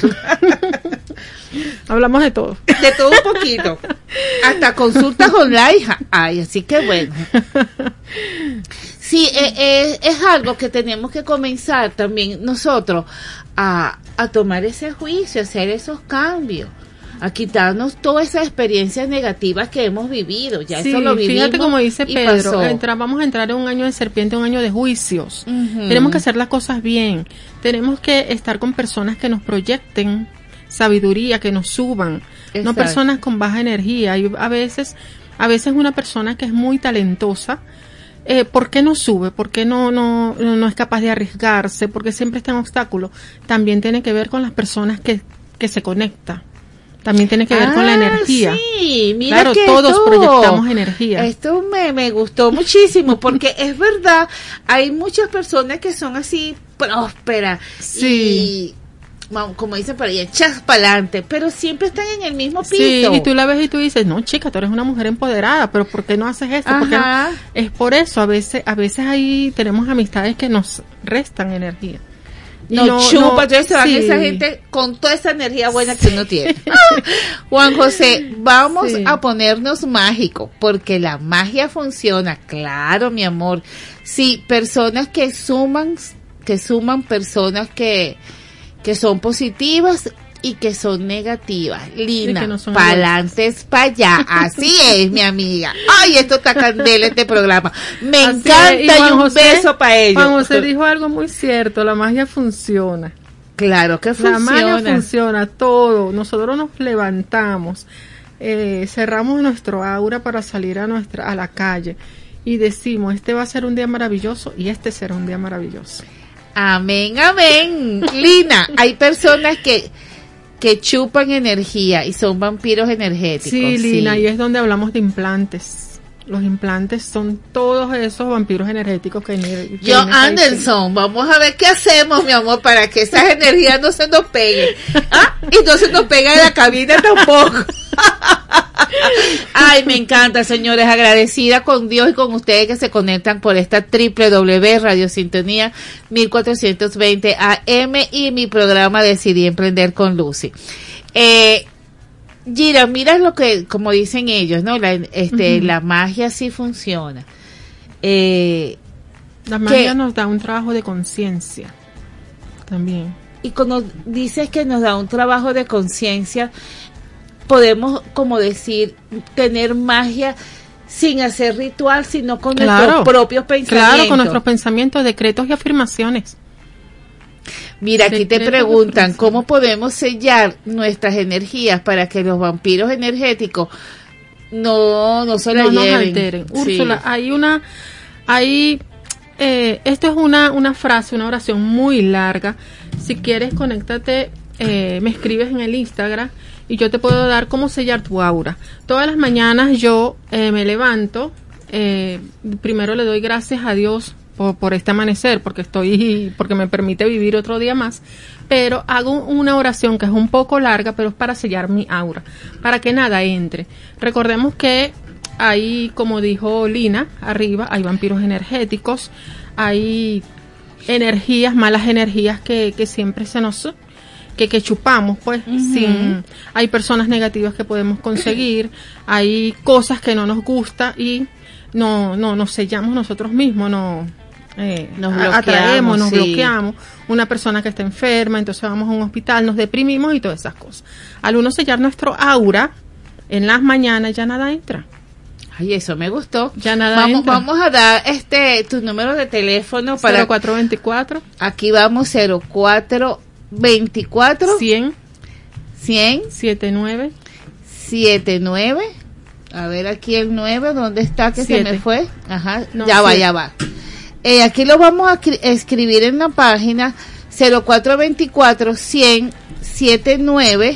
Hablamos de todo. De todo un poquito. Hasta consultas online. Ay, así que bueno. Sí, es algo que tenemos que comenzar también nosotros a tomar ese juicio, a hacer esos cambios, a quitarnos todas esas experiencias negativas que hemos vivido. Ya sí, eso lo vivimos. Fíjate como dice Pedro, vamos a entrar en un año de serpiente, un año de juicios. Tenemos que hacer las cosas bien. Tenemos que estar con personas que nos proyecten sabiduría, que nos suban. Exacto. No personas con baja energía. Y a veces una persona que es muy talentosa, ¿por qué no sube? ¿Por qué no es capaz de arriesgarse? Porque siempre está en obstáculo. También tiene que ver con las personas que se conecta. También tiene que ver con la energía. Sí, mira, claro, que todos proyectamos energía. Esto me gustó muchísimo, porque es verdad, hay muchas personas que son así prósperas. Sí. como dicen por ahí, echas para adelante, pero siempre están en el mismo piso. Sí, y tú la ves y tú dices, no, chica, tú eres una mujer empoderada, pero ¿por qué no haces esto? ¿Por qué no? Es por eso, a veces ahí tenemos amistades que nos restan energía. Entonces se van esa gente con toda esa energía buena que uno tiene. Juan José, vamos a ponernos mágicos, porque la magia funciona, claro, mi amor. Sí, personas que suman personas que son positivas y que son negativas. Lina, no pa'lante es pa' allá. Así es, mi amiga. Ay, esto está candela este programa. Me así encanta y un beso para ellos. Juan José dijo algo muy cierto, la magia funciona. Claro que funciona. La magia funciona, todo. Nosotros nos levantamos, cerramos nuestro aura para salir a la calle y decimos, este va a ser un día maravilloso y este será un día maravilloso. Amén, amén. Lina, hay personas que chupan energía y son vampiros energéticos. Sí, Lina, y es donde hablamos de implantes. Los implantes son todos esos vampiros energéticos que yo, Anderson, vamos a ver qué hacemos, mi amor, para que esas energías no se nos peguen. Y no se nos pega en la cabina tampoco. Ay, me encanta, señores, agradecida con Dios y con ustedes que se conectan por esta Radio Sintonía 1420 AM y mi programa Decidí Emprender con Lucy. Gira, mira lo que, como dicen ellos, ¿no? La magia sí funciona. La magia nos da un trabajo de conciencia también. Y cuando dices que nos da un trabajo de conciencia, podemos, como decir, tener magia sin hacer ritual, sino con nuestros propios pensamientos. Claro, con nuestros pensamientos, decretos y afirmaciones. Mira, aquí te preguntan, ¿cómo podemos sellar nuestras energías para que los vampiros energéticos no se la lleven? Nos alteren. Úrsula, esto es una frase, una oración muy larga. Si quieres, conéctate, me escribes en el Instagram y yo te puedo dar cómo sellar tu aura. Todas las mañanas yo me levanto, primero le doy gracias a Dios por este amanecer, porque me permite vivir otro día más, pero hago una oración que es un poco larga, pero es para sellar mi aura, para que nada entre. Recordemos que hay, como dijo Lina, arriba hay vampiros energéticos, hay energías, malas energías que siempre se nos... que chupamos, pues, hay personas negativas que podemos conseguir, hay cosas que no nos gusta y nos sellamos nosotros mismos, nos atraemos, nos bloqueamos. Una persona que está enferma, entonces vamos a un hospital, nos deprimimos y todas esas cosas. Al uno sellar nuestro aura, en las mañanas ya nada entra. Ay, eso me gustó. Ya nada entra. Vamos a dar tu número de teléfono para 0424. Aquí vamos 0424 100 79. A ver aquí el 9, ¿dónde está? Que 7. Se me fue. Ajá, no, ya 7. Ya va. Aquí lo vamos a escribir en la página 0424 100 79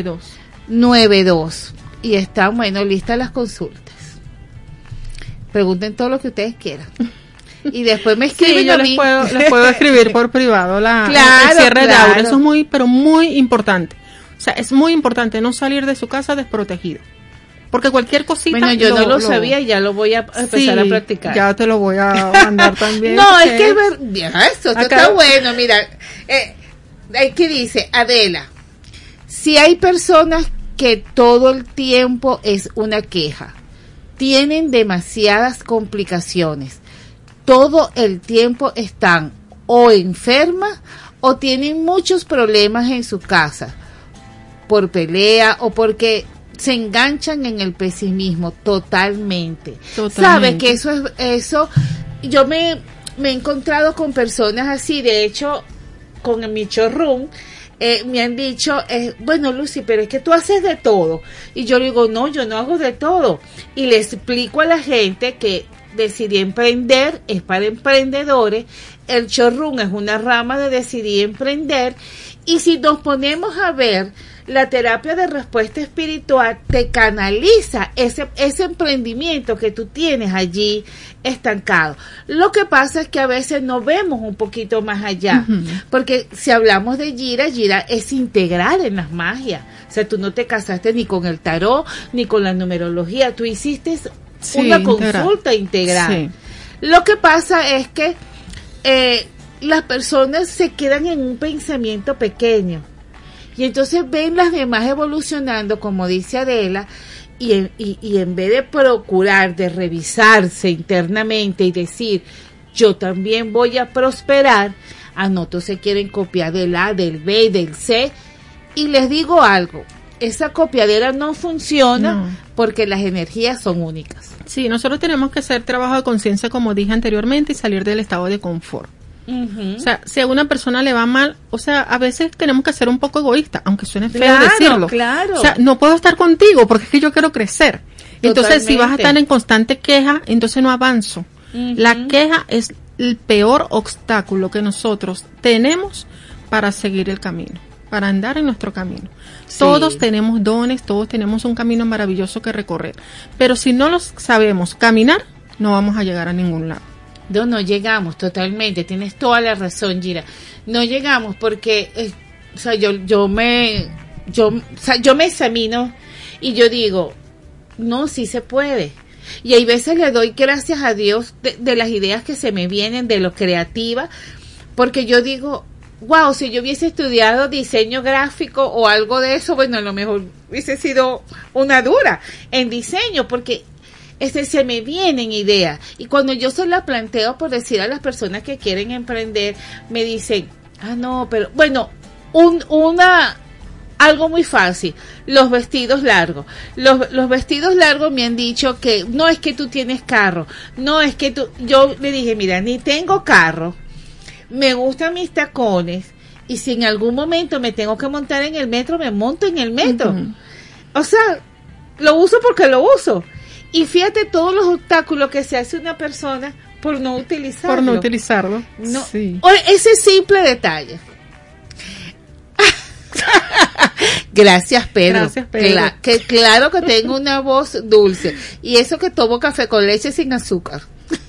92. Y están, listas las consultas. Pregunten todo lo que ustedes quieran. Y después me escriben yo les puedo escribir por privado el cierre de aura. Eso es muy importante. O sea, es muy importante no salir de su casa desprotegido. Porque cualquier cosita... Bueno, yo no lo sabía y ya lo voy a empezar a practicar. Ya te lo voy a mandar también. No, es que esto está bueno. Mira, ¿qué dice? Adela, si hay personas que todo el tiempo es una queja, tienen demasiadas complicaciones, todo el tiempo están o enfermas o tienen muchos problemas en su casa, por pelea o porque se enganchan en el pesimismo totalmente. ¿Sabes que eso yo me he encontrado con personas así? De hecho, con mi showroom me han dicho, bueno, Lucy, pero es que tú haces de todo. Y yo le digo, no, yo no hago de todo. Y le explico a la gente que Decidí Emprender es para emprendedores, el showroom es una rama de Decidí Emprender, y si nos ponemos a ver, la terapia de respuesta espiritual te canaliza ese emprendimiento que tú tienes allí estancado. Lo que pasa es que a veces no vemos un poquito más allá, porque si hablamos de Gira es integral en las magias. O sea, tú no te casaste ni con el tarot, ni con la numerología, tú hiciste una consulta integral. Sí. Lo que pasa es que las personas se quedan en un pensamiento pequeño. Y entonces ven las demás evolucionando, como dice Adela, y en vez de procurar, de revisarse internamente y decir, yo también voy a prosperar, otros se quieren copiar del A, del B y del C. Y les digo algo, esa copiadera no funciona porque las energías son únicas. Sí, nosotros tenemos que hacer trabajo de conciencia, como dije anteriormente, y salir del estado de confort. O sea, si a una persona le va mal, o sea, a veces tenemos que ser un poco egoístas, aunque suene feo decirlo. Claro. O sea, no puedo estar contigo porque es que yo quiero crecer. Entonces, si vas a estar en constante queja, entonces no avanzo. La queja es el peor obstáculo que nosotros tenemos para seguir el camino, para andar en nuestro camino. Sí. Todos tenemos dones, todos tenemos un camino maravilloso que recorrer. Pero si no los sabemos caminar, no vamos a llegar a ningún lado. No llegamos totalmente, tienes toda la razón, Gira. No llegamos porque, o sea, yo me examino y yo digo, no, sí se puede. Y hay veces le doy gracias a Dios de las ideas que se me vienen, de lo creativa, porque yo digo, wow, si yo hubiese estudiado diseño gráfico o algo de eso, bueno, a lo mejor hubiese sido una dura en diseño, porque se me vienen ideas, y cuando yo se la planteo, por decir a las personas que quieren emprender, me dicen, no, pero bueno, algo muy fácil, los vestidos largos. Los vestidos largos me han dicho que no es que tú tienes carro, no es que yo le dije, mira, ni tengo carro, me gustan mis tacones, y si en algún momento me tengo que montar en el metro, me monto en el metro. O sea, lo uso porque lo uso. Y fíjate todos los obstáculos que se hace una persona por no utilizarlo. Por no utilizarlo. No, sí. Ese simple detalle. Gracias, Pedro. Gracias, Pedro. Claro que tengo una voz dulce. Y eso que tomo café con leche sin azúcar.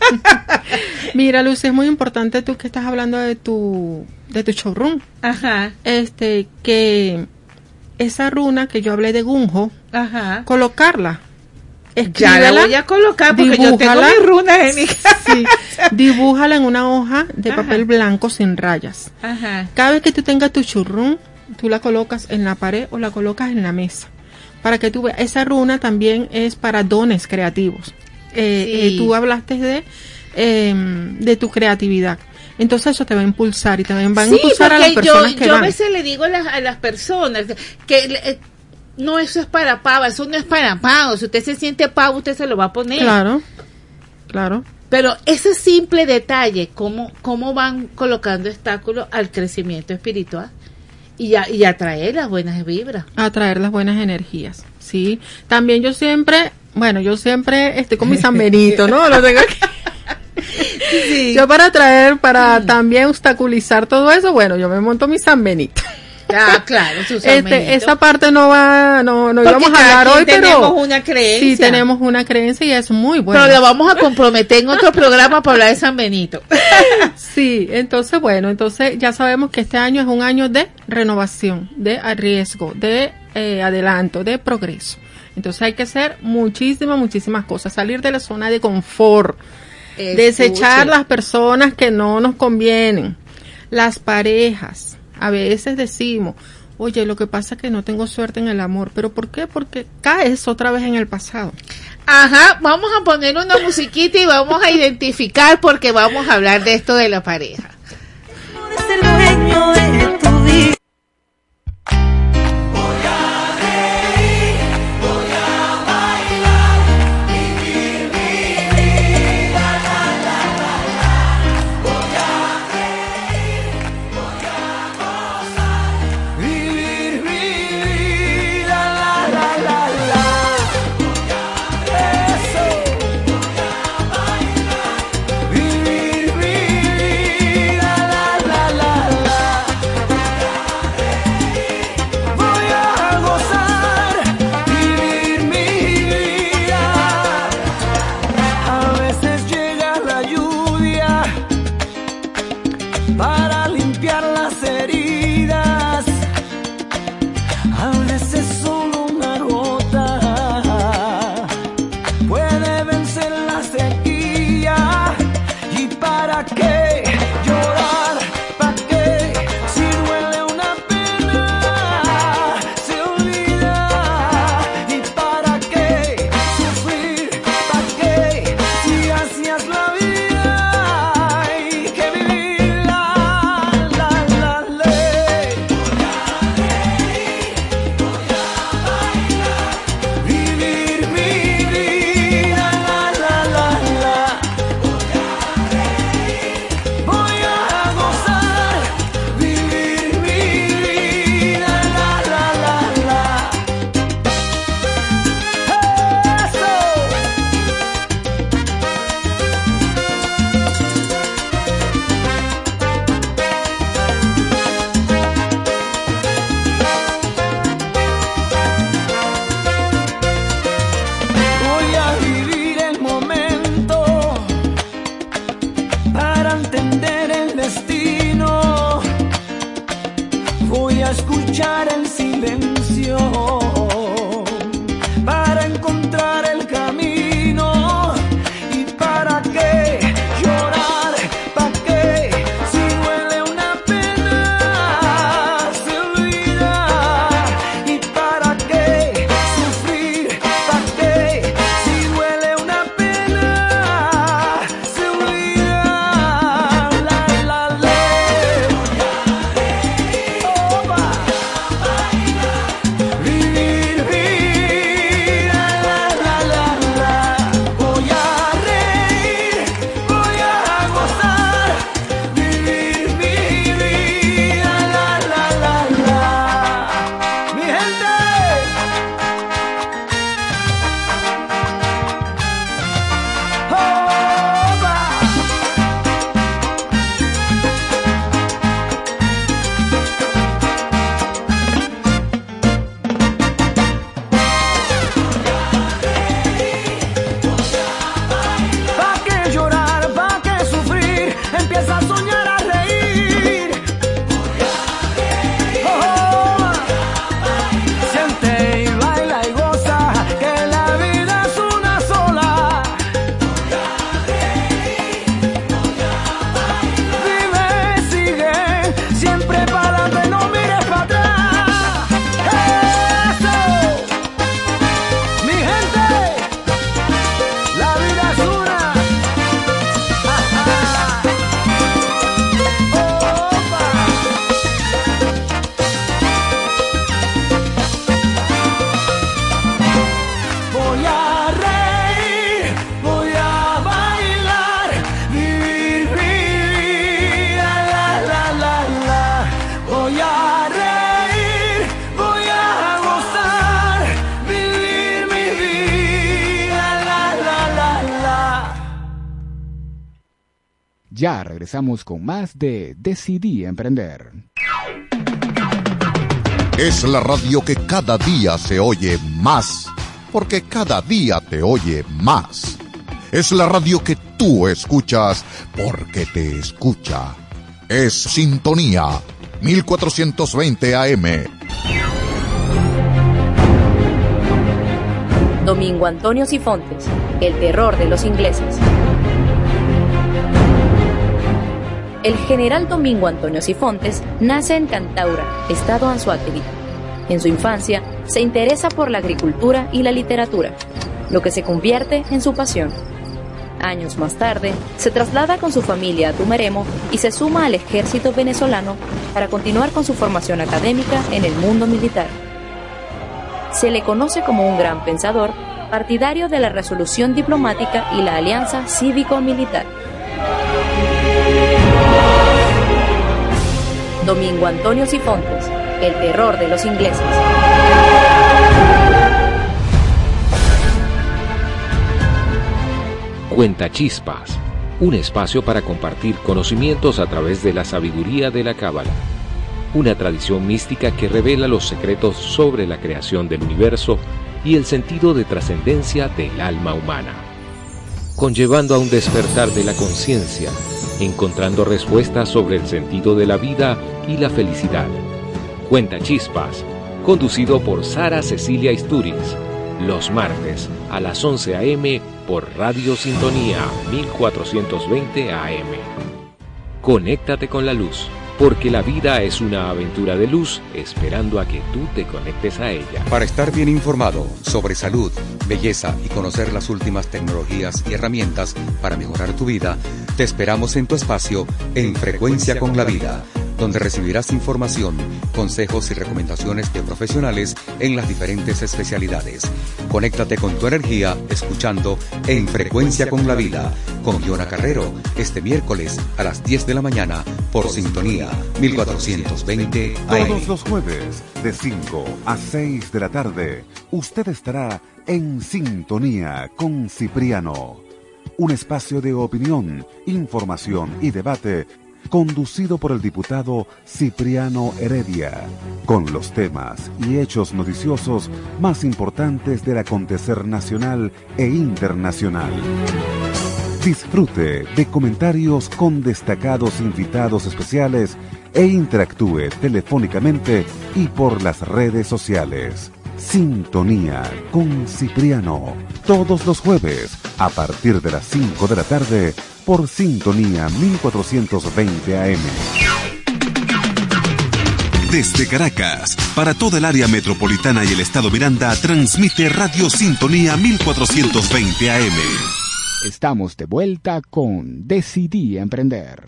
Mira, Luz, es muy importante tú que estás hablando de tu showroom. Ajá. Que esa runa que yo hablé de Gunjo, colocarla. Ya la voy a colocar porque yo tengo mis runas en mi casa. Sí, dibújala en una hoja de papel blanco sin rayas. Cada vez que tú tengas tu showroom, tú la colocas en la pared o la colocas en la mesa. Para que tú veas, esa runa también es para dones creativos. Tú hablaste de tu creatividad. Entonces eso te va a impulsar y también va a impulsar a las personas que van. Yo a veces le digo a las personas que no, eso es para pava, eso no es para pavo. Si usted se siente pavo, usted se lo va a poner. Claro. Pero ese simple detalle, cómo van colocando obstáculos al crecimiento espiritual y atraer las buenas vibras. Atraer las buenas energías, sí. También yo siempre estoy con mi San Benito, ¿no? Lo tengo aquí. Sí. Yo para también obstaculizar todo eso, bueno, yo me monto mi San Benito. Claro, esa parte no íbamos a hablar hoy, pero tenemos una creencia. Sí, tenemos una creencia y es muy buena. Pero la vamos a comprometer en otro programa para hablar de San Benito. Sí, entonces ya sabemos que este año es un año de renovación, de riesgo, de adelanto, de progreso. Entonces hay que hacer muchísimas cosas, salir de la zona de confort, desechar las personas que no nos convienen, las parejas. A veces decimos, oye, lo que pasa es que no tengo suerte en el amor. ¿Pero por qué? Porque caes otra vez en el pasado. Vamos a poner una musiquita y vamos a identificar porque vamos a hablar de esto de la pareja. Ser dueño de tu vida. Ya regresamos con más de Decidí Emprender. Es la radio que cada día se oye más, porque cada día te oye más. Es la radio que tú escuchas, porque te escucha. Es Sintonía 1420 AM. Domingo Antonio Sifontes, el terror de los ingleses. El general Domingo Antonio Sifontes nace en Cantaura, estado Anzoátegui. En su infancia se interesa por la agricultura y la literatura, lo que se convierte en su pasión. Años más tarde, se traslada con su familia a Tumeremo y se suma al ejército venezolano para continuar con su formación académica en el mundo militar. Se le conoce como un gran pensador, partidario de la resolución diplomática y la alianza cívico-militar. Domingo Antonio Sifontes, el terror de los ingleses. Cuenta Chispas, un espacio para compartir conocimientos a través de la sabiduría de la Cábala, una tradición mística que revela los secretos sobre la creación del universo y el sentido de trascendencia del alma humana, conllevando a un despertar de la conciencia, encontrando respuestas sobre el sentido de la vida y la felicidad. Cuenta Chispas, conducido por Sara Cecilia Isturiz, los martes a las 11 a.m. por Radio Sintonía 1420 AM. Conéctate con la luz, porque la vida es una aventura de luz esperando a que tú te conectes a ella. Para estar bien informado sobre salud, belleza y conocer las últimas tecnologías y herramientas para mejorar tu vida, te esperamos en tu espacio En Frecuencia con la Vida, donde recibirás información, consejos y recomendaciones de profesionales en las diferentes especialidades. Conéctate con tu energía escuchando En Frecuencia con la Vida, con Giona Carrero, este miércoles a las 10 de la mañana por Sintonía 1420 AM. Todos los jueves, de 5 a 6 de la tarde, usted estará en Sintonía con Cipriano. Un espacio de opinión, información y debate conducido por el diputado Cipriano Heredia, con los temas y hechos noticiosos más importantes del acontecer nacional e internacional. Disfrute de comentarios con destacados invitados especiales e interactúe telefónicamente y por las redes sociales. Sintonía con Cipriano, todos los jueves a partir de las 5 de la tarde por Sintonía 1420 AM. Desde Caracas, para toda el área metropolitana y el estado Miranda, transmite Radio Sintonía 1420 AM. Estamos de vuelta con Decidí Emprender.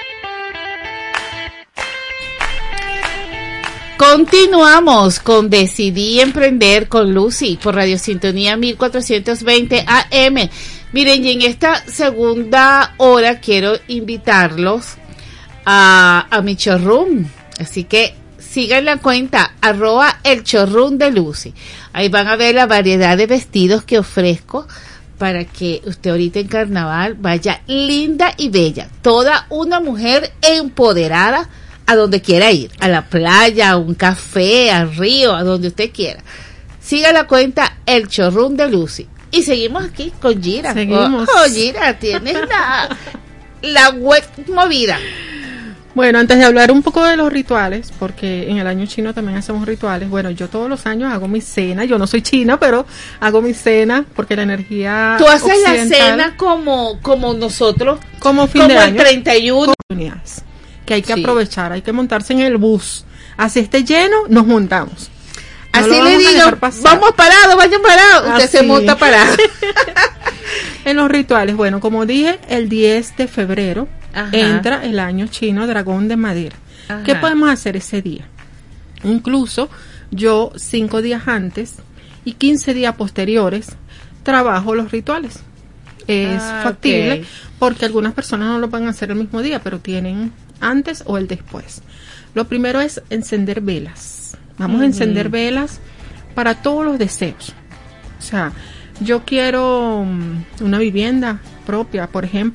Continuamos con Decidí Emprender con Lucy por Radio Sintonía 1420 AM. Miren, y en esta segunda hora quiero invitarlos a mi showroom. Así que sigan la cuenta @el showroom de Lucy. Ahí van a ver la variedad de vestidos que ofrezco para que usted ahorita en carnaval vaya linda y bella. Toda una mujer empoderada a donde quiera ir, a la playa, a un café, al río, a donde usted quiera. Siga la cuenta El Showroom de Lucy. Y seguimos aquí con Gira. Seguimos. Gira, tienes la web movida. Bueno, antes de hablar un poco de los rituales, porque en el año chino también hacemos rituales. Bueno, yo todos los años hago mi cena. Yo no soy china, pero hago mi cena porque la energía Tú haces occidental, la cena como nosotros, como fin como de el año, 31. que hay que Sí. aprovechar, hay que montarse en el bus. Así esté lleno, nos montamos. No Así lo le vamos a digo, dejar pasar. vamos parados, vayan parados. Usted se Así. monta parado. En los rituales, bueno, como dije, el 10 de febrero Ajá. entra el año chino dragón de madera. Ajá. ¿Qué podemos hacer ese día? Incluso yo 5 días antes y 15 días posteriores trabajo los rituales. Es factible, ok. porque algunas personas no lo van a hacer el mismo día, pero tienen antes o el después. Lo primero es encender velas. Vamos a encender velas para todos los deseos. O sea, yo quiero una vivienda propia, por ejemplo.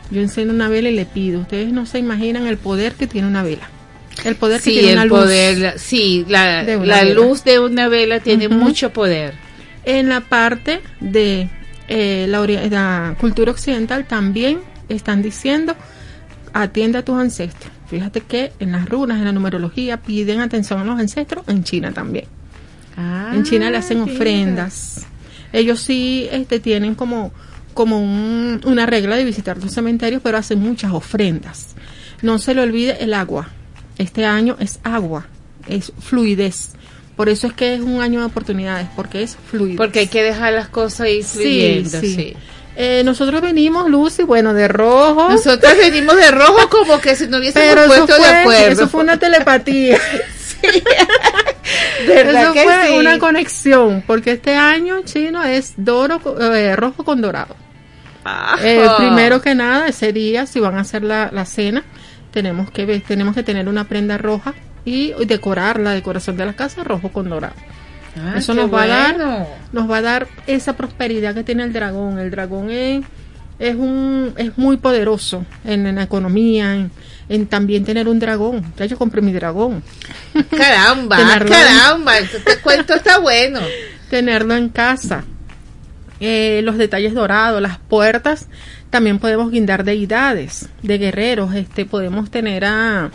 Yo enciendo una vela y le pido. Ustedes no se imaginan el poder que tiene una vela. El poder que Sí, tiene una el luz. poder, sí, la vela. luz de una vela tiene Ujú. mucho poder. En la parte de la cultura occidental también están diciendo, atiende a tus ancestros. Fíjate que en las runas, en la numerología, piden atención a los ancestros, en China también. En China le hacen ofrendas. Ellos sí tienen como una regla de visitar los cementerios, pero hacen muchas ofrendas. No se le olvide el agua. Este año es agua, es fluidez. Por eso es que es un año de oportunidades, porque es fluidez. Porque hay que dejar las cosas ir fluyendo, sí. Nosotros venimos, Lucy, bueno, de rojo. Nosotros venimos de rojo como que si no hubiésemos pero puesto de acuerdo. Eso fue una telepatía. ¿Verdad eso que fue sí? una conexión, porque este año chino es rojo con dorado. Primero que nada, ese día, si van a hacer la cena, tenemos que tener una prenda roja y decorar la decoración de la casa rojo con dorado. Eso nos va a dar esa prosperidad que tiene el dragón. El dragón es muy poderoso en la economía, en también tener un dragón. Ya yo compré mi dragón. Caramba, este cuento está bueno. Tenerlo en casa. Los detalles dorados, las puertas, también podemos guindar deidades, de guerreros. Podemos tener a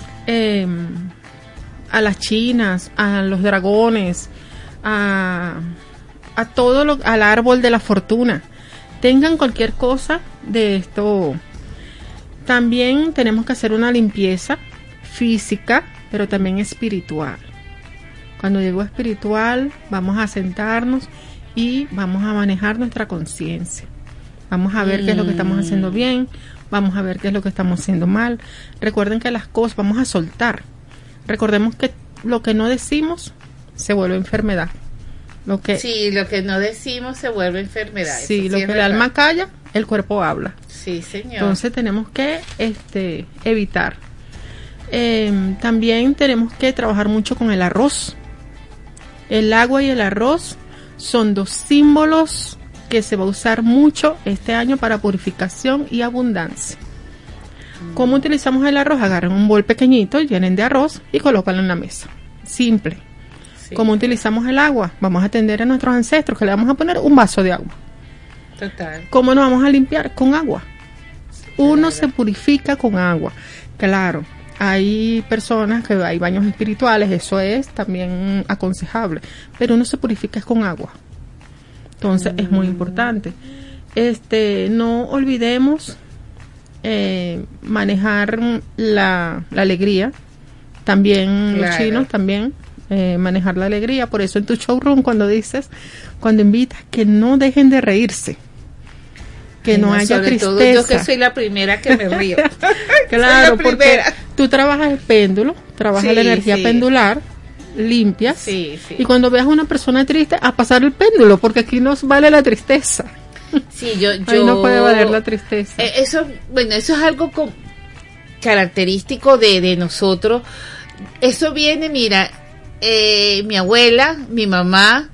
las chinas, a los dragones, a todo al árbol de la fortuna. Tengan cualquier cosa de esto. También tenemos que hacer una limpieza física, pero también espiritual. Cuando digo espiritual, vamos a sentarnos y vamos a manejar nuestra conciencia. Vamos a ver qué es lo que estamos haciendo bien, vamos a ver qué es lo que estamos haciendo mal. Recuerden que las cosas vamos a soltar. Recordemos que lo que no decimos se vuelve enfermedad. Lo que no decimos se vuelve enfermedad. Sí, lo que el alma calla, el cuerpo habla. Sí, señor. Entonces tenemos que evitar. También tenemos que trabajar mucho con el arroz. El agua y el arroz son dos símbolos que se va a usar mucho este año para purificación y abundancia. ¿Cómo utilizamos el arroz? Agarren un bol pequeñito, llenen de arroz y colócalo en la mesa. Simple. Sí. ¿Cómo utilizamos el agua? Vamos a atender a nuestros ancestros, que le vamos a poner un vaso de agua. Total. ¿Cómo nos vamos a limpiar? Con agua. Uno se purifica con agua. Claro, hay personas que hay baños espirituales, eso es también aconsejable, pero uno se purifica con agua. Entonces es muy importante. No olvidemos manejar la alegría. También los chinos también manejar la alegría. Por eso en tu showroom cuando invitas, que no dejen de reírse, que no haya tristeza. Todo yo que soy la primera que me río. Claro, porque tú trabajas el péndulo, trabajas la energía pendular, limpias, y cuando veas a una persona triste, a pasar el péndulo, porque aquí nos vale la tristeza. Sí, yo ahí no puede valer la tristeza. Eso es algo característico de nosotros. Eso viene, mira, mi abuela, mi mamá,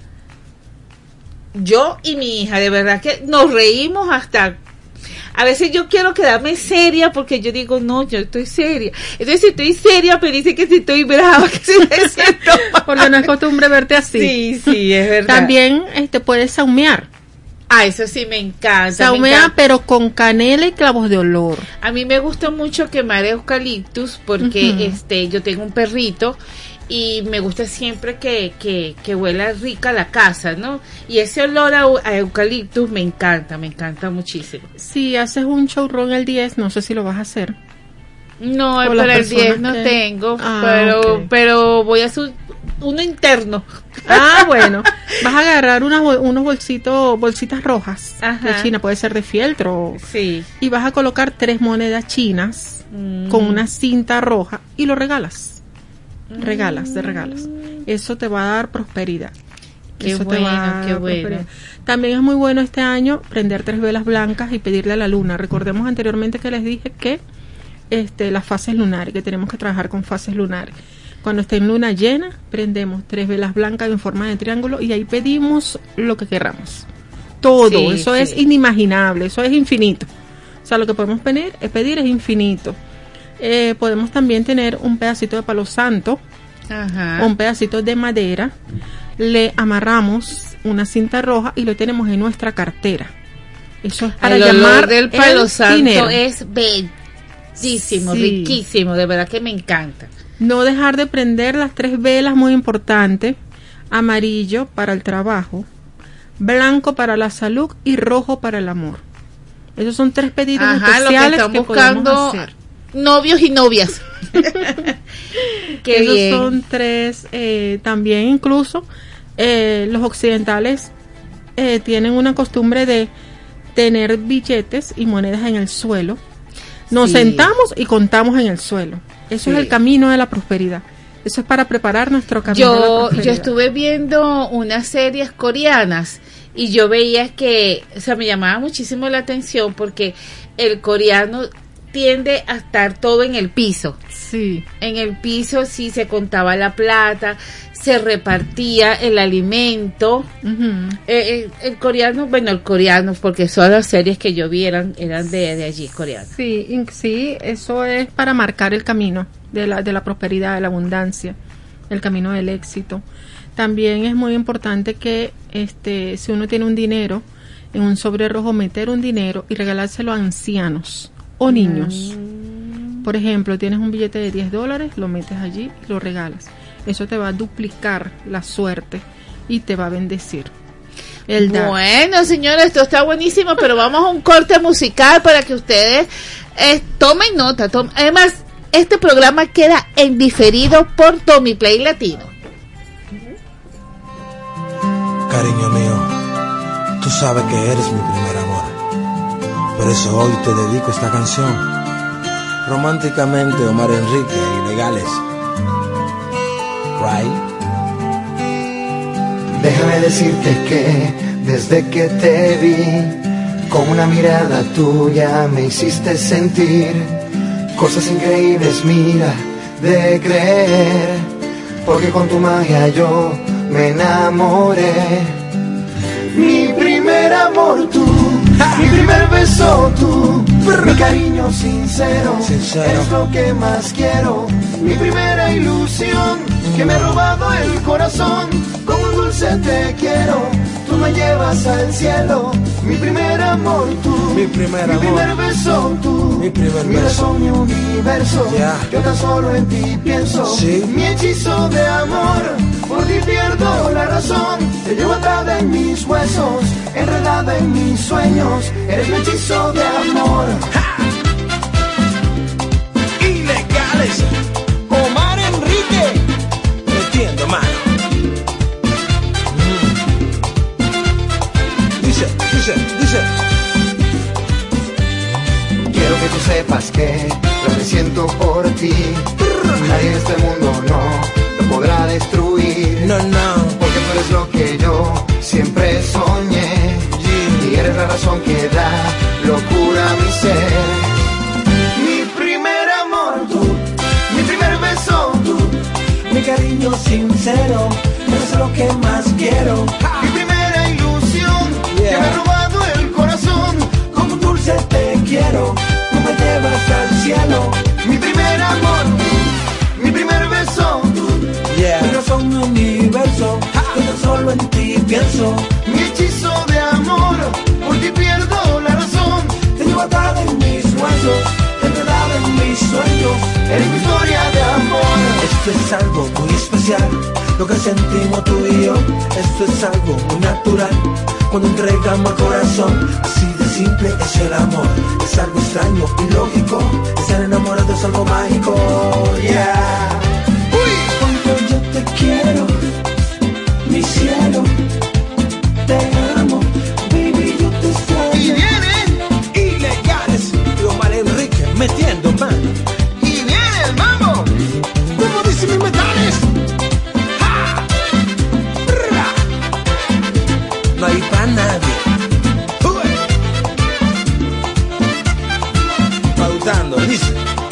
yo y mi hija, de verdad que nos reímos hasta... A veces yo quiero quedarme seria porque yo digo, no, yo estoy seria. Entonces, si estoy seria, me dice que si estoy brava, que si me siento mal. Porque no es costumbre verte así. Sí, es verdad. También puedes saumear. Eso sí me encanta. Saumea, pero con canela y clavos de olor. A mí me gusta mucho quemar eucaliptus porque yo tengo un perrito y me gusta siempre que huela rica la casa, ¿no? Y ese olor a eucaliptus me encanta muchísimo. Si haces un showroom el 10, no sé si lo vas a hacer. No, para el 10 no tengo, pero voy a hacer uno interno. Bueno, vas a agarrar unos bolsitas rojas de China, puede ser de fieltro. Sí. Y vas a colocar 3 monedas chinas con una cinta roja y lo regalas. Regalas. Eso te va a dar prosperidad. Qué bueno. También es muy bueno este año prender 3 velas blancas y pedirle a la luna. Recordemos anteriormente que les dije que las fases lunares, que tenemos que trabajar con fases lunares. Cuando esté en luna llena, prendemos 3 velas blancas en forma de triángulo y ahí pedimos lo que queramos. Todo, eso es inimaginable, eso es infinito. O sea, lo que podemos pedir es infinito. Podemos también tener un pedacito de palo santo, o un pedacito de madera, le amarramos una cinta roja y lo tenemos en nuestra cartera. Eso es para llamar del palo santo dinero. Es bellísimo, sí, riquísimo, de verdad que me encanta. No dejar de prender las 3 velas, muy importante: amarillo para el trabajo, blanco para la salud y rojo para el amor. Esos son 3 pedidos especiales lo que están podemos buscando hacer. Novios y novias. Qué Esos bien. son 3. También incluso los occidentales tienen una costumbre de tener billetes y monedas en el suelo. Nos sentamos y contamos en el suelo. Eso es el camino de la prosperidad. Eso es para preparar nuestro camino de la prosperidad. Yo estuve viendo unas series coreanas y yo veía que, o sea, me llamaba muchísimo la atención porque el coreano tiende a estar todo en el piso. Sí. En el piso sí se contaba la plata, se repartía el alimento. El coreano, porque todas las series que yo vi eran de allí, coreanas. Sí, eso es para marcar el camino de la prosperidad, de la abundancia, el camino del éxito. También es muy importante que si uno tiene un dinero, en un sobre rojo meter un dinero y regalárselo a ancianos o niños. Por ejemplo, tienes un billete de $10, lo metes allí y lo regalas. Eso te va a duplicar la suerte y te va a bendecir. Bueno, señores, esto está buenísimo, pero vamos a un corte musical para que ustedes tomen nota. Además, este programa queda en diferido por Tommy Play Latino. Cariño mío, tú sabes que eres mi primer amor. Por eso hoy te dedico esta canción. Románticamente, Omar Enrique, Ilegales. Right. Déjame decirte que desde que te vi, con una mirada tuya me hiciste sentir cosas increíbles, mira, de creer, porque con tu magia yo me enamoré. Mi primer amor tú, mi primer beso tú, mi cariño sincero, es lo que más quiero. Mi primera ilusión, que me ha robado el corazón, como un dulce te quiero, tú me llevas al cielo. Mi primer amor tú, mi primer beso tú, mi razón, mi universo, yo tan solo en ti pienso. Mi hechizo de amor, por ti pierdo la razón, te llevo atada en mis huesos, enredada en mis sueños, eres mi hechizo de amor. Ilegales, Omar Enrique, metiendo mano. Dice. Quiero que tú sepas que lo que siento por ti, nadie en este mundo no lo podrá destruir. No. Porque tú eres lo que yo siempre soñé, y eres la razón que da locura a mi ser. Mi primer amor tú, mi primer beso tú, mi cariño sincero, eres lo que más quiero. Mi primera ilusión, que me ha robado el corazón, como dulce te quiero, tú me llevas al cielo. Mi primer amor tú, mi primer beso tú, mi razón, mi universo, yo tan solo en ti pienso. Mi hechizo de amor, por ti pierdo la razón, te llevo atada en mis huesos, enredada en mis sueños, eres mi historia de amor. Esto es algo muy especial, lo que sentimos tú y yo. Esto es algo muy natural, cuando entregamos el corazón. Así de simple es el amor, es algo extraño y lógico, estar enamorado es algo mágico. Cuando yo te quiero, mi cielo, te amo, baby, yo te extraño. Y vienen Ilegales y Omar Enrique metiendo mano. Y viene el mambo, como dicen mis metales. No hay para nadie. Pautando, dice.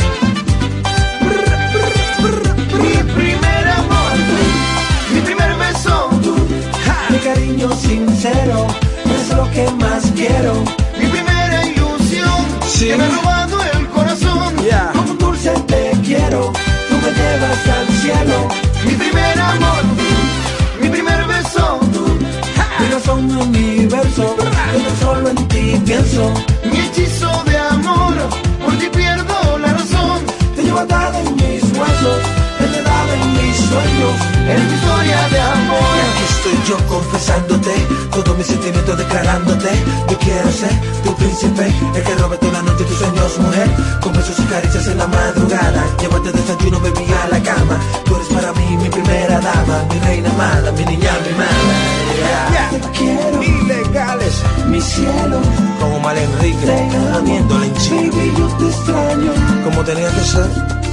Mi primer amor, mi primer beso, mi cariño sincero, es lo que más quiero. Mi primera ilusión, que me ha robado el corazón. Como un dulce te quiero, tú me llevas al cielo. Mi primer amor, mi primer beso, mi razón, mi universo. Yo tan solo en ti pienso. Mi hechizo de amor, por ti pierdo la razón. Te llevo atada en mis huesos, enredada en mis sueños, en mi historia de amor. Y aquí estoy yo confesándote, todos mis sentimientos declarándote. Yo quiero ser tu príncipe, el que robe toda la noche tus sueños, mujer. Con besos y caricias en la madrugada, llevarte desayuno, baby, a la cama. Tú eres para mí mi primera dama, mi reina amada, mi niña mimada. Te quiero, ilegales, mi cielo. Como Mal Enrique, poniéndole en chino. Baby, yo te extraño. Como tenía que ser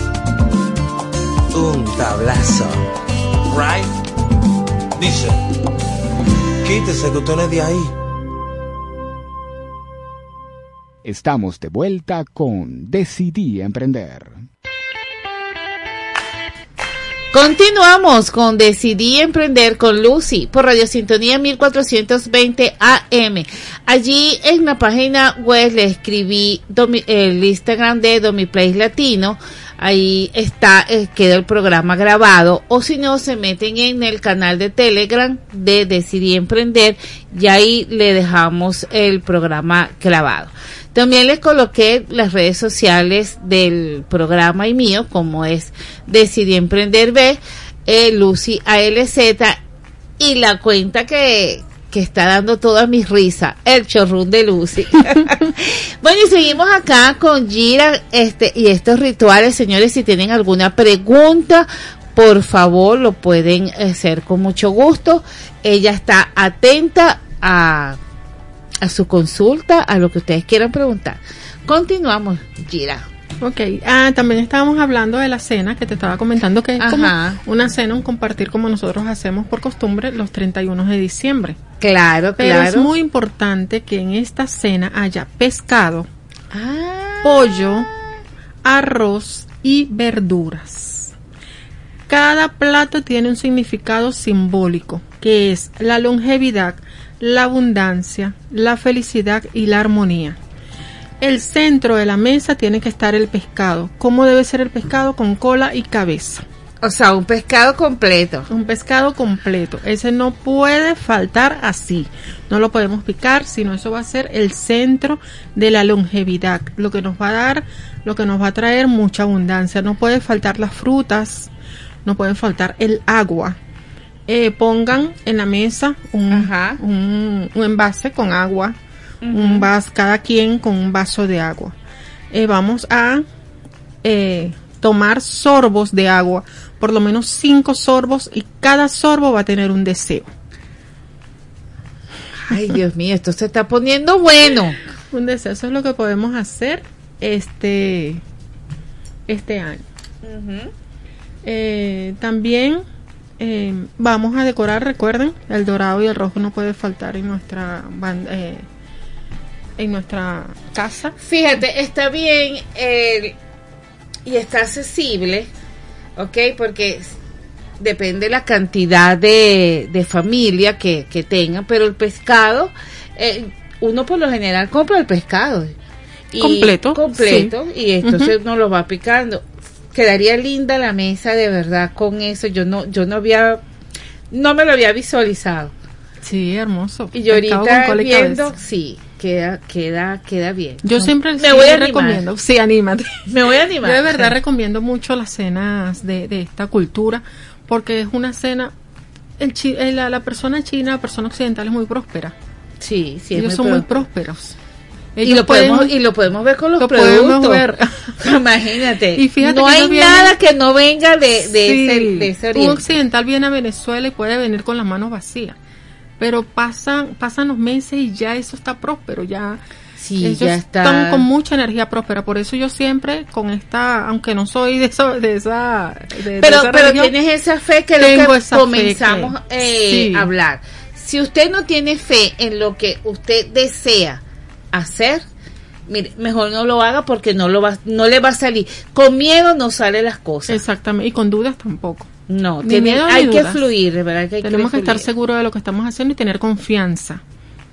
un tablazo, right? Dice, quítese que usted no es de ahí. Estamos de vuelta con Decidí Emprender. Continuamos con Decidí Emprender con Lucy por Radio Sintonía 1420 AM. Allí en la página web le escribí el Instagram de Domiplace Latino. Ahí está, queda el programa grabado, o si no, se meten en el canal de Telegram de Decidí Emprender y ahí le dejamos el programa grabado. También les coloqué las redes sociales del programa y mío, como es Decidí Emprender B, Lucy ALZ, y la cuenta que está dando todas mis risas, el chorrón de Lucy. Bueno, y seguimos acá con Gira, y estos rituales, señores. Si tienen alguna pregunta, por favor, lo pueden hacer con mucho gusto. Ella está atenta a su consulta, a lo que ustedes quieran preguntar. Continuamos, Gira. Ok, también estábamos hablando de la cena que te estaba comentando, que es como una cena, un compartir como nosotros hacemos por costumbre los 31 de diciembre. Claro, pero claro. Es muy importante que en esta cena haya pescado, pollo, arroz y verduras. Cada plato tiene un significado simbólico, que es la longevidad, la abundancia, la felicidad y la armonía. El centro de la mesa tiene que estar el pescado. ¿Cómo debe ser el pescado? Con cola y cabeza. O sea, un pescado completo. Un pescado completo. Ese no puede faltar así. No lo podemos picar, sino eso va a ser el centro de la longevidad. Lo que nos va a dar, lo que nos va a traer mucha abundancia. No puede faltar las frutas, no puede faltar el agua. Pongan en la mesa un envase con agua. Un vaso, cada quien con un vaso de agua. Vamos a tomar sorbos de agua, por lo menos 5 sorbos, y cada sorbo va a tener un deseo. Ay, Dios mío, esto se está poniendo bueno. Un deseo, eso es lo que podemos hacer este año. También vamos a decorar, recuerden, el dorado y el rojo no puede faltar en nuestra casa. Fíjate, está bien y está accesible, ¿ok? Porque depende de la cantidad de familia que tengan, pero el pescado, uno por lo general compra el pescado completo, sí. Y entonces uno lo va picando. Quedaría linda la mesa, de verdad, con eso. Yo no me lo había visualizado. Sí, hermoso. Y yo ahorita viendo, sí, queda bien. Yo siempre me voy a recomiendo. Sí, anímate. Me voy a animar. Yo de verdad recomiendo mucho las cenas de esta cultura, porque es una cena, la persona china, la persona occidental es muy próspera. Sí, ellos son muy prósperos. Y lo podemos ver con los productos. Imagínate. Y fíjate, no hay nada que no venga de ese oriente. Un occidental viene a Venezuela y puede venir con las manos vacías, pero pasan los meses y ya eso está próspero, ya. Sí, ellos ya está. Están con mucha energía próspera. Por eso yo siempre con esta, aunque no soy de esa pero tienes esa fe, que es lo que comenzamos a hablar. Si usted no tiene fe en lo que usted desea hacer, mire, mejor no lo haga, porque no le va a salir. Con miedo no salen las cosas. Exactamente, y con dudas tampoco. No, hay que fluir, de verdad que hay tenemos que estar seguros de lo que estamos haciendo y tener confianza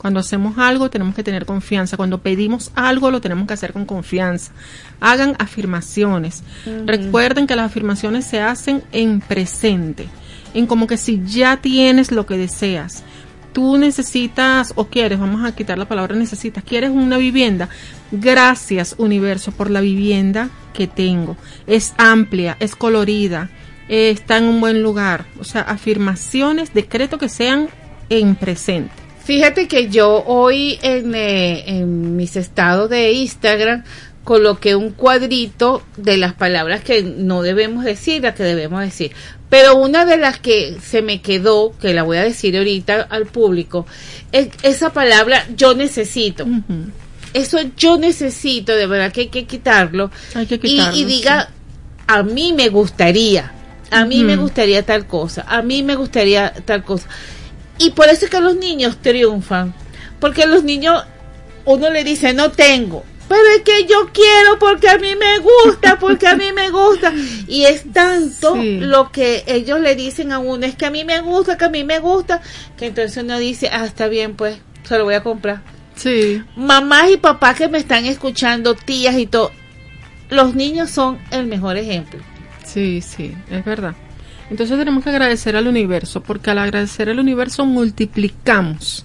Cuando hacemos algo tenemos que tener confianza. Cuando pedimos algo lo tenemos que hacer con confianza. Hagan afirmaciones. Recuerden que las afirmaciones se hacen en presente. En como que si ya tienes lo que deseas. Tú necesitas o quieres, vamos a quitar la palabra necesitas, quieres una vivienda. Gracias, universo, por la vivienda que tengo. Es amplia, es colorida, está en un buen lugar. O sea, afirmaciones, decreto que sean en presente. Fíjate que yo hoy en mis estados de Instagram coloqué un cuadrito de las palabras que no debemos decir, las que debemos decir. Pero una de las que se me quedó, que la voy a decir ahorita al público, es esa palabra yo necesito. Eso yo necesito, de verdad que hay que quitarlo. Hay que quitarlo, y diga, a mí me gustaría, me gustaría tal cosa, a mí me gustaría tal cosa. Y por eso es que los niños triunfan, porque los niños, uno le dice, no tengo, pero es que yo quiero porque a mí me gusta, porque a mí me gusta. Y es tanto lo que ellos le dicen a uno, es que a mí me gusta, que a mí me gusta, que entonces uno dice, está bien, pues, se lo voy a comprar. Sí. Mamás y papás que me están escuchando, tías y todo, los niños son el mejor ejemplo. Sí, es verdad. Entonces tenemos que agradecer al universo, porque al agradecer al universo multiplicamos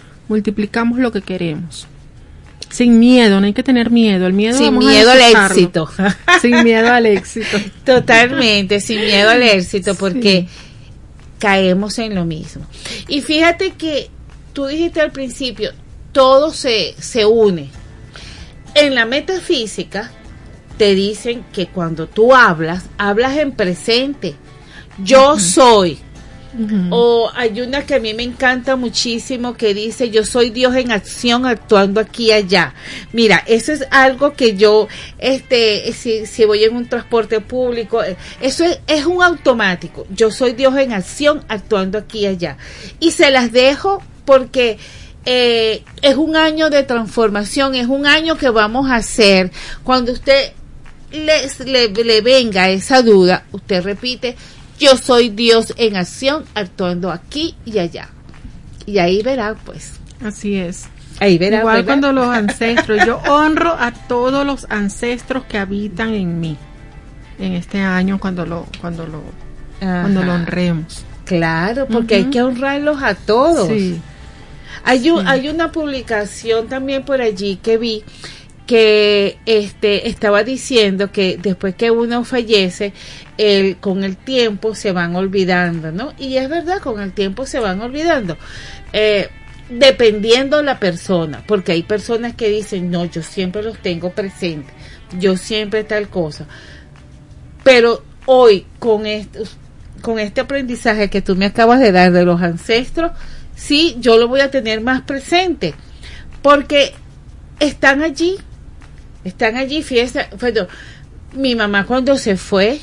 lo que queremos. Sin miedo, no hay que tener miedo. El miedo sin miedo al éxito. Sin miedo al éxito. Totalmente, sin miedo al éxito, porque caemos en lo mismo. Y fíjate que tú dijiste al principio, todo se une. En la metafísica te dicen que cuando tú hablas en presente. Yo soy. O hay una que a mí me encanta muchísimo que dice, yo soy Dios en acción actuando aquí y allá. Mira, eso es algo que yo, si voy en un transporte público, eso es un automático. Yo soy Dios en acción actuando aquí y allá. Y se las dejo porque es un año de transformación, es un año que vamos a hacer. Cuando usted le venga esa duda, usted repite, yo soy Dios en acción, actuando aquí y allá. Y ahí verá, pues. Así es. Ahí verá. Igual ¿verdad? Cuando los ancestros, yo honro a todos los ancestros que habitan en mí. En este año, cuando lo honremos. Claro, porque hay que honrarlos a todos. Sí. Hay una publicación también por allí que vi que estaba diciendo que después que uno fallece, con el tiempo se van olvidando, ¿no? Y es verdad, con el tiempo se van olvidando, dependiendo la persona, porque hay personas que dicen, no, yo siempre los tengo presentes, yo siempre tal cosa, pero hoy con este aprendizaje que tú me acabas de dar de los ancestros, sí, yo lo voy a tener más presente, porque están allí, fíjate, bueno, mi mamá cuando se fue,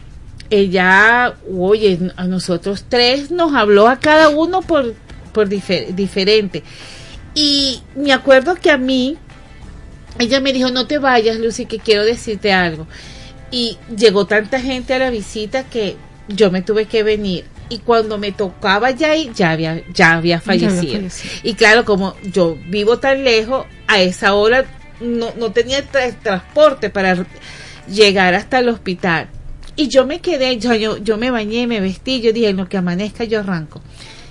ella, oye, a nosotros tres nos habló a cada uno por diferente, y me acuerdo que a mí, ella me dijo, no te vayas, Lucy, que quiero decirte algo, y llegó tanta gente a la visita que yo me tuve que venir, y cuando me tocaba ya había fallecido. Y claro, como yo vivo tan lejos, a esa hora no tenía transporte para llegar hasta el hospital. Y yo me quedé, yo me bañé, me vestí, yo dije, en lo que amanezca yo arranco.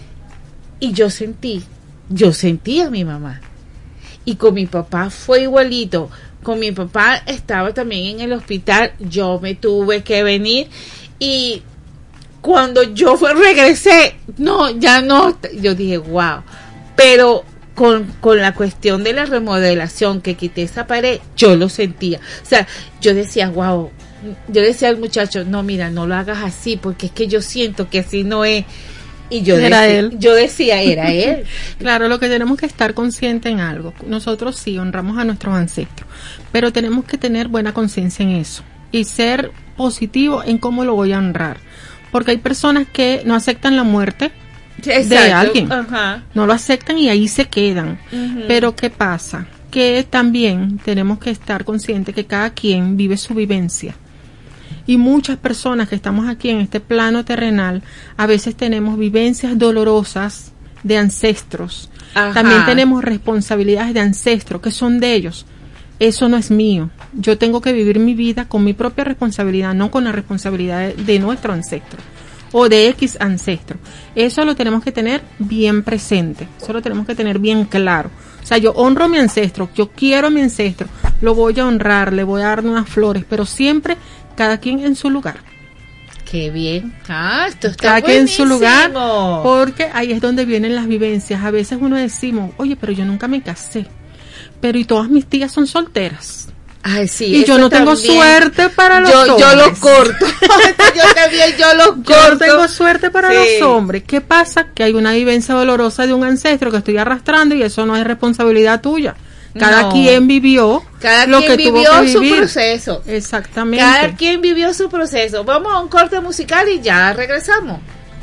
Y yo sentí a mi mamá. Y con mi papá fue igualito. Con mi papá estaba también en el hospital, yo me tuve que venir, y cuando yo regresé, ya no, yo dije, wow, pero con la cuestión de la remodelación, que quité esa pared, yo lo sentía, o sea, yo decía, wow, yo decía al muchacho, no, mira, no lo hagas así, porque es que yo siento que así no es, y yo decía, era él. Claro, lo que tenemos que estar consciente en algo, nosotros sí honramos a nuestros ancestros, pero tenemos que tener buena conciencia en eso, y ser positivo en cómo lo voy a honrar. Porque hay personas que no aceptan la muerte de alguien. Ajá. No lo aceptan y ahí se quedan. Uh-huh. Pero ¿qué pasa? Que también tenemos que estar conscientes que cada quien vive su vivencia. Y muchas personas que estamos aquí en este plano terrenal, a veces tenemos vivencias dolorosas de ancestros. Ajá. También tenemos responsabilidades de ancestros que son de ellos. Eso no es mío. Yo tengo que vivir mi vida con mi propia responsabilidad, no con la responsabilidad de nuestro ancestro o de X ancestro. Eso lo tenemos que tener bien presente, eso lo tenemos que tener bien claro. O sea, yo honro a mi ancestro, yo quiero a mi ancestro, lo voy a honrar, le voy a dar unas flores, pero siempre cada quien en su lugar. Qué bien. Esto está cada quien en su lugar, buenísimo. porque ahí es donde vienen las vivencias. A veces uno decimos, oye, pero yo nunca me casé, pero y todas mis tías son solteras. Ay, sí, y yo no tengo también. suerte para los hombres. Yo lo corto. Yo también, yo lo corto. Yo no tengo suerte para los hombres. ¿Qué pasa? Que hay una vivencia dolorosa de un ancestro que estoy arrastrando y eso no es responsabilidad tuya. Cada quien vivió lo que tuvo que vivir. Su proceso. Exactamente. Cada quien vivió su proceso. Vamos a un corte musical y ya regresamos.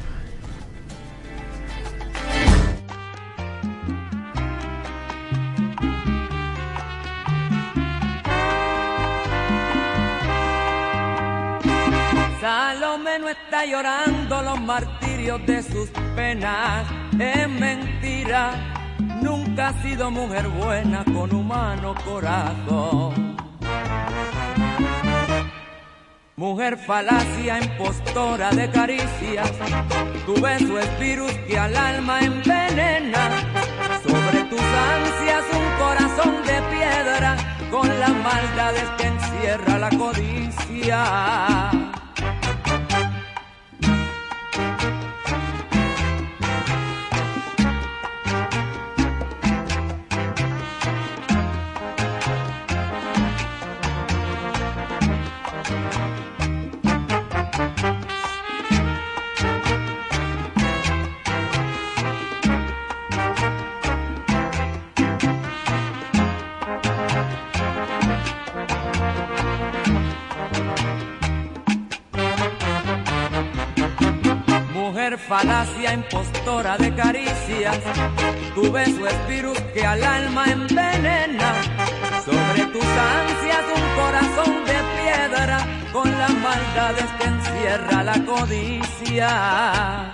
Salomé no está llorando los martirios de sus penas, es mentira, nunca ha sido mujer buena con humano corazón. Mujer falacia, impostora de caricias, tu beso es virus que al alma envenena. Sobre tus ansias un corazón de piedra, con las maldades que encierra la codicia. Falacia, impostora de caricias, tu beso es virus que al alma envenena. Sobre tus ansias un corazón de piedra, con las maldades que encierra la codicia.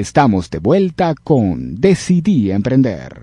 Estamos de vuelta con Decidí Emprender.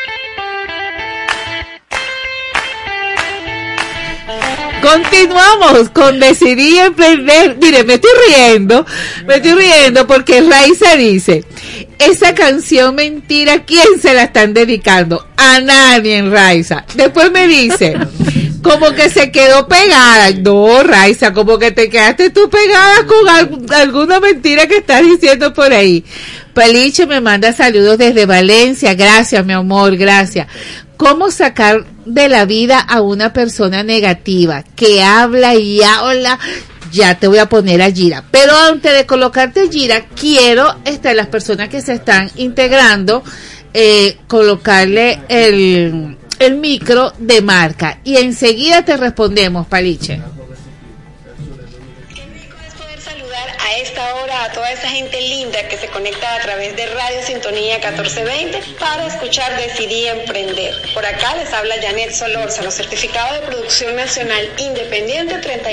Continuamos con Decidí Emprender. Mire, me estoy riendo porque Raiza dice, esa canción mentira, ¿quién se la están dedicando? A nadie, Raiza. Después me dice, como que se quedó pegada. No, Raiza, como que te quedaste tú pegada con alguna mentira que estás diciendo por ahí. Paliche me manda saludos desde Valencia. Gracias, mi amor, gracias. ¿Cómo sacar de la vida a una persona negativa que habla y habla? Ya te voy a poner a Gira. Pero antes de colocarte a Gira, quiero las personas que se están integrando, colocarle el micro de marca. Y enseguida te respondemos, Paliche. A esta hora a toda esa gente linda que se conecta a través de Radio Sintonía 1420 para escuchar Decidí Emprender. Por acá les habla Janet Solórzano, certificado de producción nacional independiente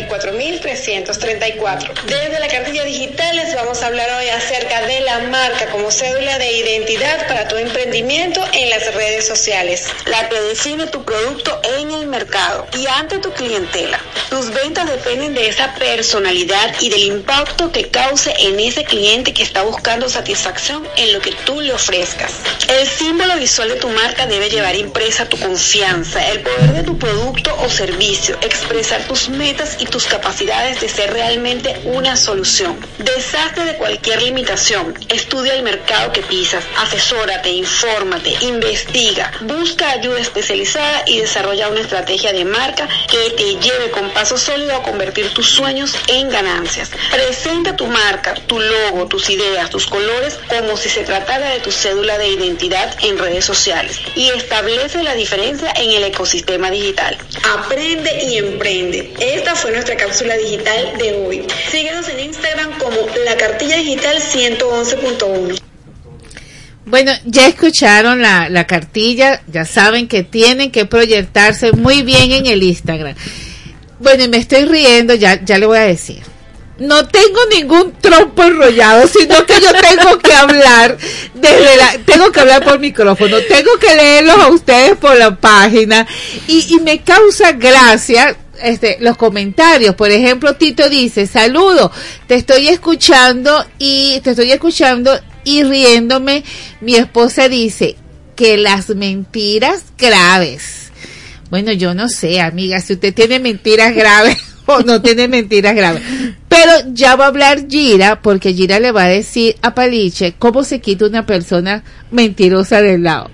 34.334. Desde la cartilla digital les vamos a hablar hoy acerca de la marca como cédula de identidad para tu emprendimiento en las redes sociales, la que define tu producto en el mercado y ante tu clientela. Tus ventas dependen de esa personalidad y del impacto que cause en ese cliente que está buscando satisfacción en lo que tú le ofrezcas. El símbolo visual de tu marca debe llevar impresa tu confianza, el poder de tu producto o servicio, expresar tus metas y tus capacidades de ser realmente una solución. Deshazte de cualquier limitación, estudia el mercado que pisas, asesórate, infórmate, investiga, busca ayuda especializada y desarrolla una estrategia de marca que te lleve con paso sólido a convertir tus sueños en ganancias. Presenta tu marca, tu logo, tus ideas, tus colores como si se tratara de tu cédula de identidad en redes sociales y establece la diferencia en el ecosistema digital. Aprende y emprende. Esta fue nuestra cápsula digital de hoy. Síguenos en Instagram como La Cartilla Digital 111.1. Bueno, ya escucharon la cartilla, ya saben que tienen que proyectarse muy bien en el Instagram. Bueno, y me estoy riendo, ya le voy a decir. No tengo ningún trompo enrollado, sino que yo tengo que hablar tengo que hablar por micrófono, tengo que leerlos a ustedes por la página y me causa gracia los comentarios. Por ejemplo, Tito dice, saludo, te estoy escuchando y riéndome. Mi esposa dice que las mentiras graves. Bueno, yo no sé, amiga, si usted tiene mentiras graves o no tiene mentiras graves. Pero ya va a hablar Gira, porque Gira le va a decir a Paliche cómo se quita una persona mentirosa del lado.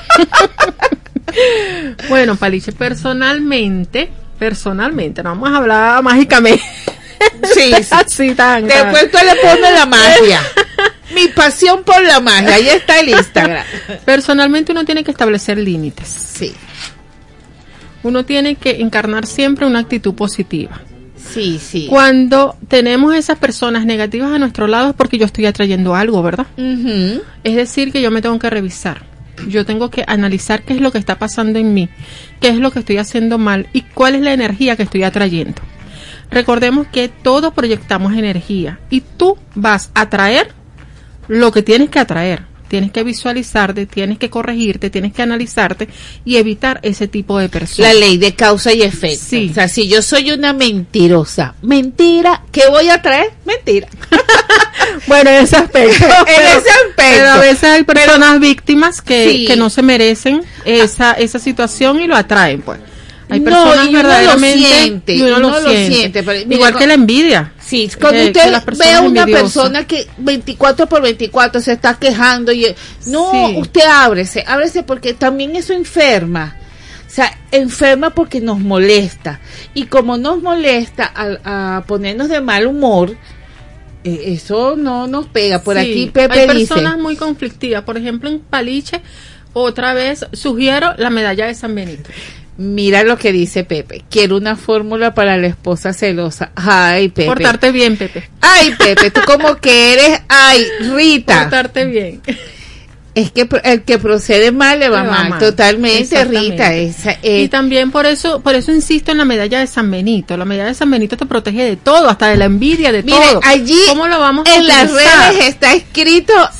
Bueno, Paliche, personalmente, no vamos a hablar mágicamente. Sí. Así tan. Después tú le pones la magia. Mi pasión por la magia, ahí está el Instagram. Personalmente uno tiene que establecer límites. Sí. Uno tiene que encarnar siempre una actitud positiva. Sí, sí. Cuando tenemos esas personas negativas a nuestro lado es porque yo estoy atrayendo algo, ¿verdad? Uh-huh. Es decir, que yo me tengo que revisar. Yo tengo que analizar qué es lo que está pasando en mí, qué es lo que estoy haciendo mal y cuál es la energía que estoy atrayendo. Recordemos que todos proyectamos energía y tú vas a atraer lo que tienes que atraer. Tienes que visualizarte, tienes que corregirte, tienes que analizarte y evitar ese tipo de personas. La ley de causa y efecto. Sí. O sea, si yo soy una mentirosa, mentira, ¿qué voy a traer? Mentira. Bueno, en ese aspecto. Pero a veces hay personas víctimas que no se merecen esa situación y lo atraen, pues. Hay personas verdaderamente y uno lo siente. Pero, igual que la envidia. Sí, cuando usted ve a una persona que 24/24 se está quejando y usted ábrese porque también eso enferma. O sea, enferma porque nos molesta. Y como nos molesta a ponernos de mal humor, eso no nos pega. Por aquí Pepe hay dice, personas muy conflictivas. Por ejemplo, en Paliche, otra vez sugiero la medalla de San Benito. Mira lo que dice Pepe. Quiero una fórmula para la esposa celosa. Ay, Pepe. Portarte bien, Pepe. Ay, Pepe, tú como que eres. Ay, Rita. Portarte bien. Es que el que procede mal le va mal. Totalmente, Rita. Y también por eso insisto en la medalla de San Benito. La medalla de San Benito te protege de todo, hasta de la envidia, de todo. Allí ¿cómo lo vamos a en utilizar? Las redes está escrito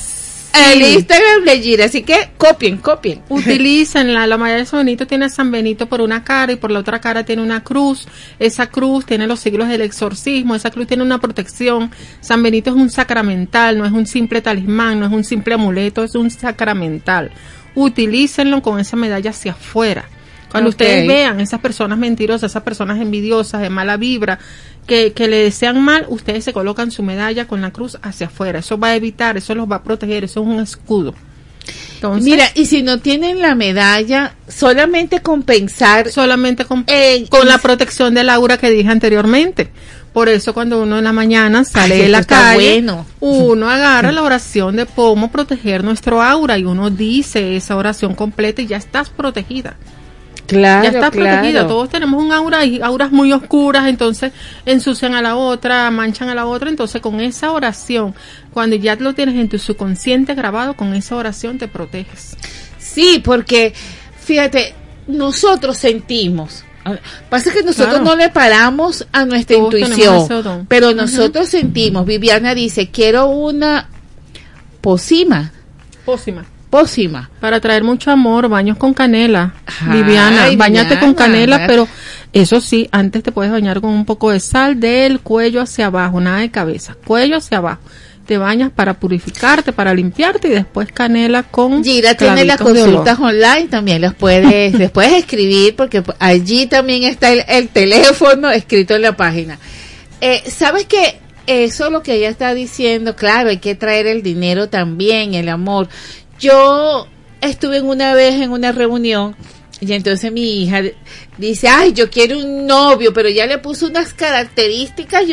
el Instagram de Gira, así que copien. Utilícenla. La mayoría de San Benito tiene a San Benito por una cara y por la otra cara tiene una cruz. Esa cruz tiene los siglos del exorcismo, esa cruz tiene una protección. San Benito es un sacramental, no es un simple talismán, no es un simple amuleto, es un sacramental. Utilícenlo con esa medalla hacia afuera. Cuando ustedes vean esas personas mentirosas, esas personas envidiosas, de mala vibra, que le desean mal, ustedes se colocan su medalla con la cruz hacia afuera. Eso va a evitar, eso los va a proteger, eso es un escudo. Entonces, mira, y si no tienen la medalla, solamente compensar. Solamente con la protección del aura que dije anteriormente. Por eso cuando uno en la mañana sale de la calle, uno agarra la oración de cómo proteger nuestro aura y uno dice esa oración completa y ya estás protegida. Claro, ya está protegida. Todos tenemos un aura y auras muy oscuras, entonces ensucian a la otra, manchan a la otra. Entonces con esa oración, cuando ya lo tienes en tu subconsciente grabado, con esa oración te proteges. Sí, porque fíjate, nosotros sentimos. Pasa que nosotros no le paramos a nuestra intuición, pero nosotros sentimos. Viviana dice, quiero una pócima. Para traer mucho amor, baños con canela. Viviana, bañate con canela, pero eso sí, antes te puedes bañar con un poco de sal del cuello hacia abajo, nada de cabeza, cuello hacia abajo. Te bañas para purificarte, para limpiarte y después canela con Gira tiene las consultas online, también les puedes escribir porque allí también está el teléfono escrito en la página. ¿Sabes qué? Eso es lo que ella está diciendo, claro, hay que traer el dinero también, el amor. Yo estuve una vez en una reunión y entonces mi hija dice, ay, yo quiero un novio, pero ya le puso unas características.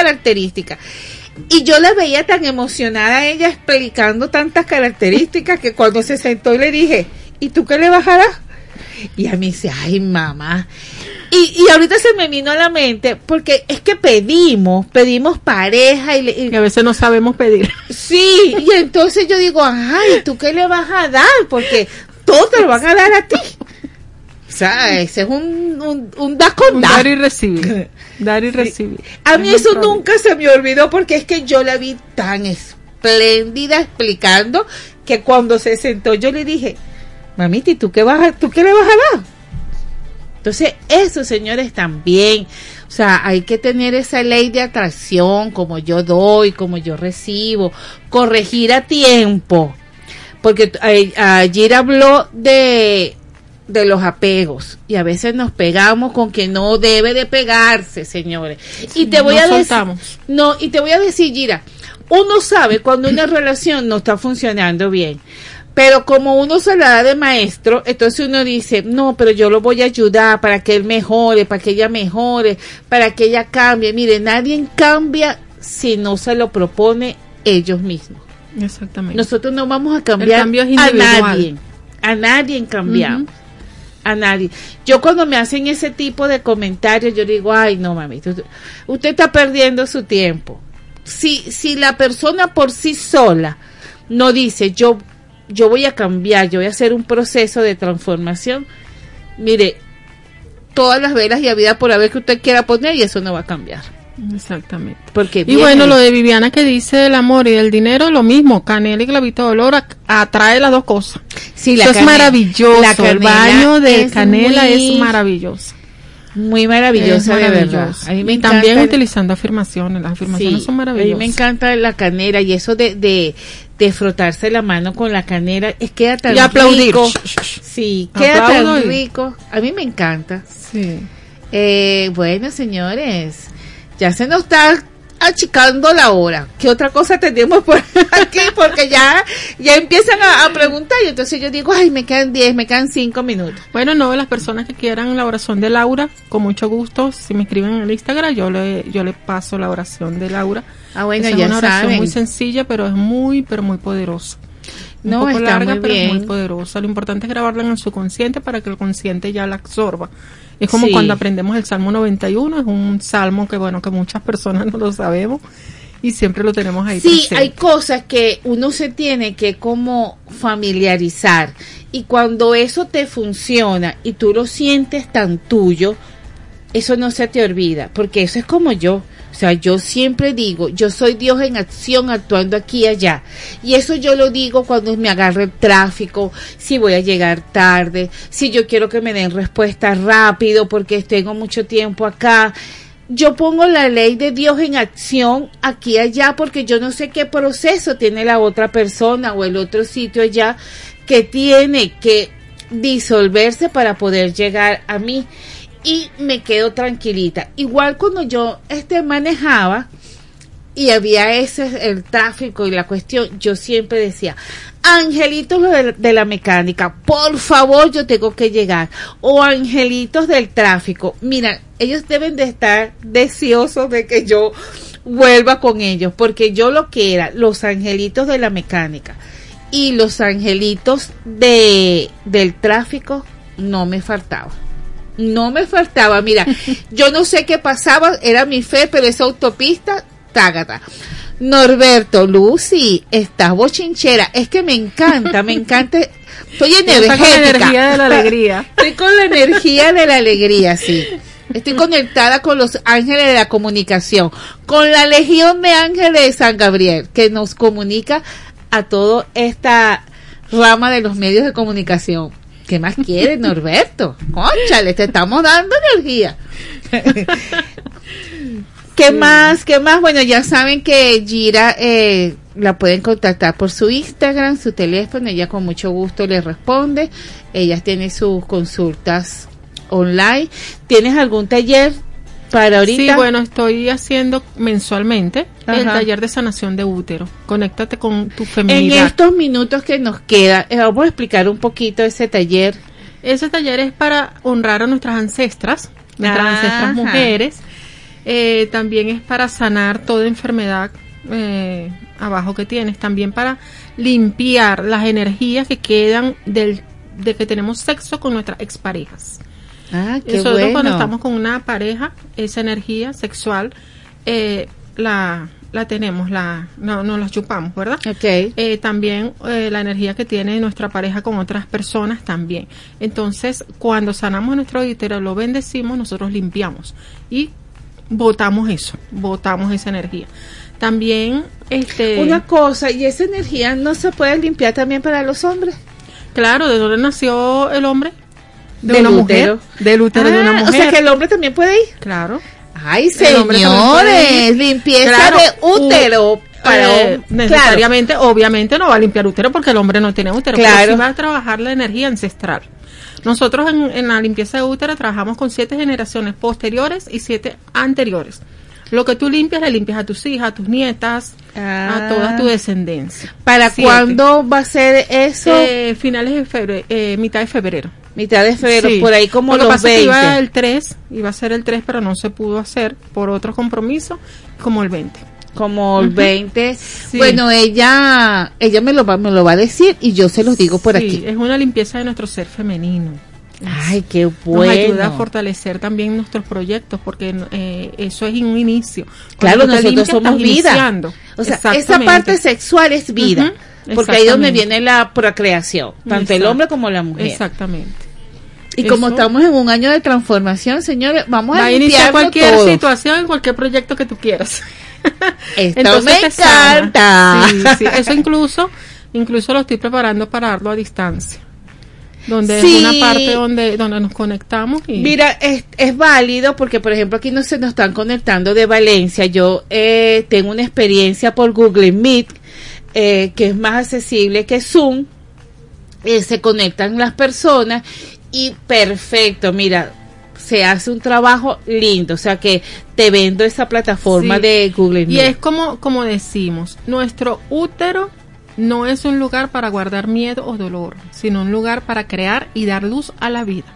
Y yo la veía tan emocionada a ella explicando tantas características que cuando se sentó y le dije, ¿y tú qué le vas a dar? Y a mí dice, ay, mamá. Y ahorita se me vino a la mente, porque es que pedimos pareja y a veces no sabemos pedir. Sí, y entonces yo digo, ay, ¿tú qué le vas a dar? Porque todos te lo van a dar a ti. O sea, ese es un dar con dar. Dar y recibir. Dar y recibir. A mí eso nunca se me olvidó, porque es que yo la vi tan espléndida explicando que cuando se sentó yo le dije, mamita, ¿y tú qué le vas a dar? Entonces, eso, señores, también, o sea, hay que tener esa ley de atracción, como yo doy, como yo recibo, corregir a tiempo, porque ayer habló de los apegos, y a veces nos pegamos con que no debe de pegarse, señores. Sí, y te voy a decir, Gira, uno sabe cuando una relación no está funcionando bien. Pero como uno se la da de maestro, entonces uno dice, no, pero yo lo voy a ayudar para que él mejore, para que ella mejore, para que ella cambie. Mire, nadie cambia si no se lo propone ellos mismos. Exactamente. Nosotros no vamos a cambiar a nadie cambiamos. A nadie. Yo cuando me hacen ese tipo de comentarios, yo digo, ay, no, mami, usted está perdiendo su tiempo. Si la persona por sí sola no dice, yo voy a cambiar, yo voy a hacer un proceso de transformación, mire, todas las velas y habida por haber que usted quiera poner, y eso no va a cambiar. Exactamente. Porque y bueno, lo de Viviana que dice del amor y del dinero, lo mismo, canela y clavito de olor atrae las dos cosas. Sí, eso es maravilloso, el baño de canela es maravilloso. Muy maravillosa, de verdad. A mí me encanta. También utilizando afirmaciones, las afirmaciones son maravillosas. A mí me encanta la canela y eso de frotarse la mano con la canela, queda tan y aplaudir. Rico. Sí, queda tan rico. A mí me encanta. Sí. Bueno, señores, ya se nos está achicando la hora. ¿Qué otra cosa tenemos por aquí? Porque ya empiezan a preguntar y entonces yo digo, ay, me quedan 10, me quedan 5 minutos. Bueno, no, las personas que quieran la oración de Laura, con mucho gusto, si me escriben en el Instagram, yo le paso la oración de Laura. Ah, bueno, es ya una oración saben. Muy sencilla, pero es muy poderosa. Un no, poco está larga, muy pero bien. Es muy poderosa. Lo importante es grabarla en su consciente para que el consciente ya la absorba. Es como Sí. cuando aprendemos el Salmo 91, es un salmo que muchas personas no lo sabemos y siempre lo tenemos ahí Sí, presente. hay cosas que uno se tiene que como familiarizar, y cuando eso te funciona y tú lo sientes tan tuyo, eso no se te olvida, porque eso es como yo. O sea, yo siempre digo, yo soy Dios en acción, actuando aquí y allá. Y eso yo lo digo cuando me agarre el tráfico, si voy a llegar tarde, si yo quiero que me den respuesta rápido porque tengo mucho tiempo acá. Yo pongo la ley de Dios en acción aquí y allá porque yo no sé qué proceso tiene la otra persona o el otro sitio allá que tiene que disolverse para poder llegar a mí. Y me quedo tranquilita. Igual cuando yo manejaba y había el tráfico y la cuestión, yo siempre decía, angelitos de la mecánica, por favor, yo tengo que llegar. O angelitos del tráfico, mira, ellos deben de estar deseosos de que yo vuelva con ellos, porque yo lo que era, los angelitos de la mecánica y los angelitos del tráfico, no me faltaba. No me faltaba, mira, yo no sé qué pasaba, era mi fe, pero esa autopista, tágata. Norberto, Lucy, estás bochinchera, es que me encanta, estoy energética. Con la energía de la alegría. Estoy con la energía de la alegría, sí. Estoy conectada con los ángeles de la comunicación, con la legión de ángeles de San Gabriel, que nos comunica a toda esta rama de los medios de comunicación. ¿Qué más quieres, Norberto? Cónchale, te estamos dando energía. ¿Qué más? Bueno, ya saben que Gira la pueden contactar por su Instagram, su teléfono, ella con mucho gusto les responde. Ella tiene sus consultas online. ¿Tienes algún taller para ahorita? Sí, bueno, estoy haciendo mensualmente el taller de sanación de útero. Conéctate con tu feminidad. En estos minutos que nos queda, vamos a explicar un poquito ese taller. Ese taller es para honrar a nuestras ancestras mujeres. También es para sanar toda enfermedad abajo que tienes. También para limpiar las energías que quedan de que tenemos sexo con nuestras exparejas. Nosotros cuando estamos con una pareja, esa energía sexual la tenemos, no la chupamos, ¿verdad? También la energía que tiene nuestra pareja con otras personas también. Entonces, cuando sanamos nuestro útero, lo bendecimos, nosotros limpiamos y botamos esa energía. También una cosa, ¿y esa energía no se puede limpiar también para los hombres? Claro, ¿de dónde nació el hombre? Del útero de una mujer. O sea que el hombre también puede ir. Claro. Ay, señores, limpieza de útero. Necesariamente, obviamente no va a limpiar útero porque el hombre no tiene útero, pero sí va a trabajar la energía ancestral. Nosotros en la limpieza de útero trabajamos con 7 generaciones posteriores y 7 anteriores. Lo que tú limpias, le limpias a tus hijas, a tus nietas, a toda tu descendencia. ¿Para cuándo va a ser eso? Finales de febrero, mitad de febrero. Mitad de febrero, sí. Por ahí como lo los 20. Iba a ser el 3, pero no se pudo hacer por otro compromiso, como el 20. Como el 20. Sí. Bueno, ella me lo va a decir y yo se los digo por aquí. Es una limpieza de nuestro ser femenino. Ay, qué bueno. Nos ayuda a fortalecer también nuestros proyectos porque eso es un inicio. Claro, nosotros somos vida. O sea, esa parte sexual es vida. Porque ahí es donde viene la procreación, tanto el hombre como la mujer. Exactamente. Y como estamos en un año de transformación, señores, vamos a iniciar cualquier situación, cualquier proyecto que tú quieras. Esto me encanta. Sí, eso incluso lo estoy preparando para darlo a distancia. Donde es una parte donde nos conectamos. Mira, es válido porque, por ejemplo, aquí se nos están conectando de Valencia. Yo tengo una experiencia por Google Meet, que es más accesible que Zoom. Se conectan las personas y perfecto, mira, se hace un trabajo lindo. O sea que te vendo esa plataforma de Google Meet. Y es como decimos, nuestro útero no es un lugar para guardar miedo o dolor, sino un lugar para crear y dar luz a la vida.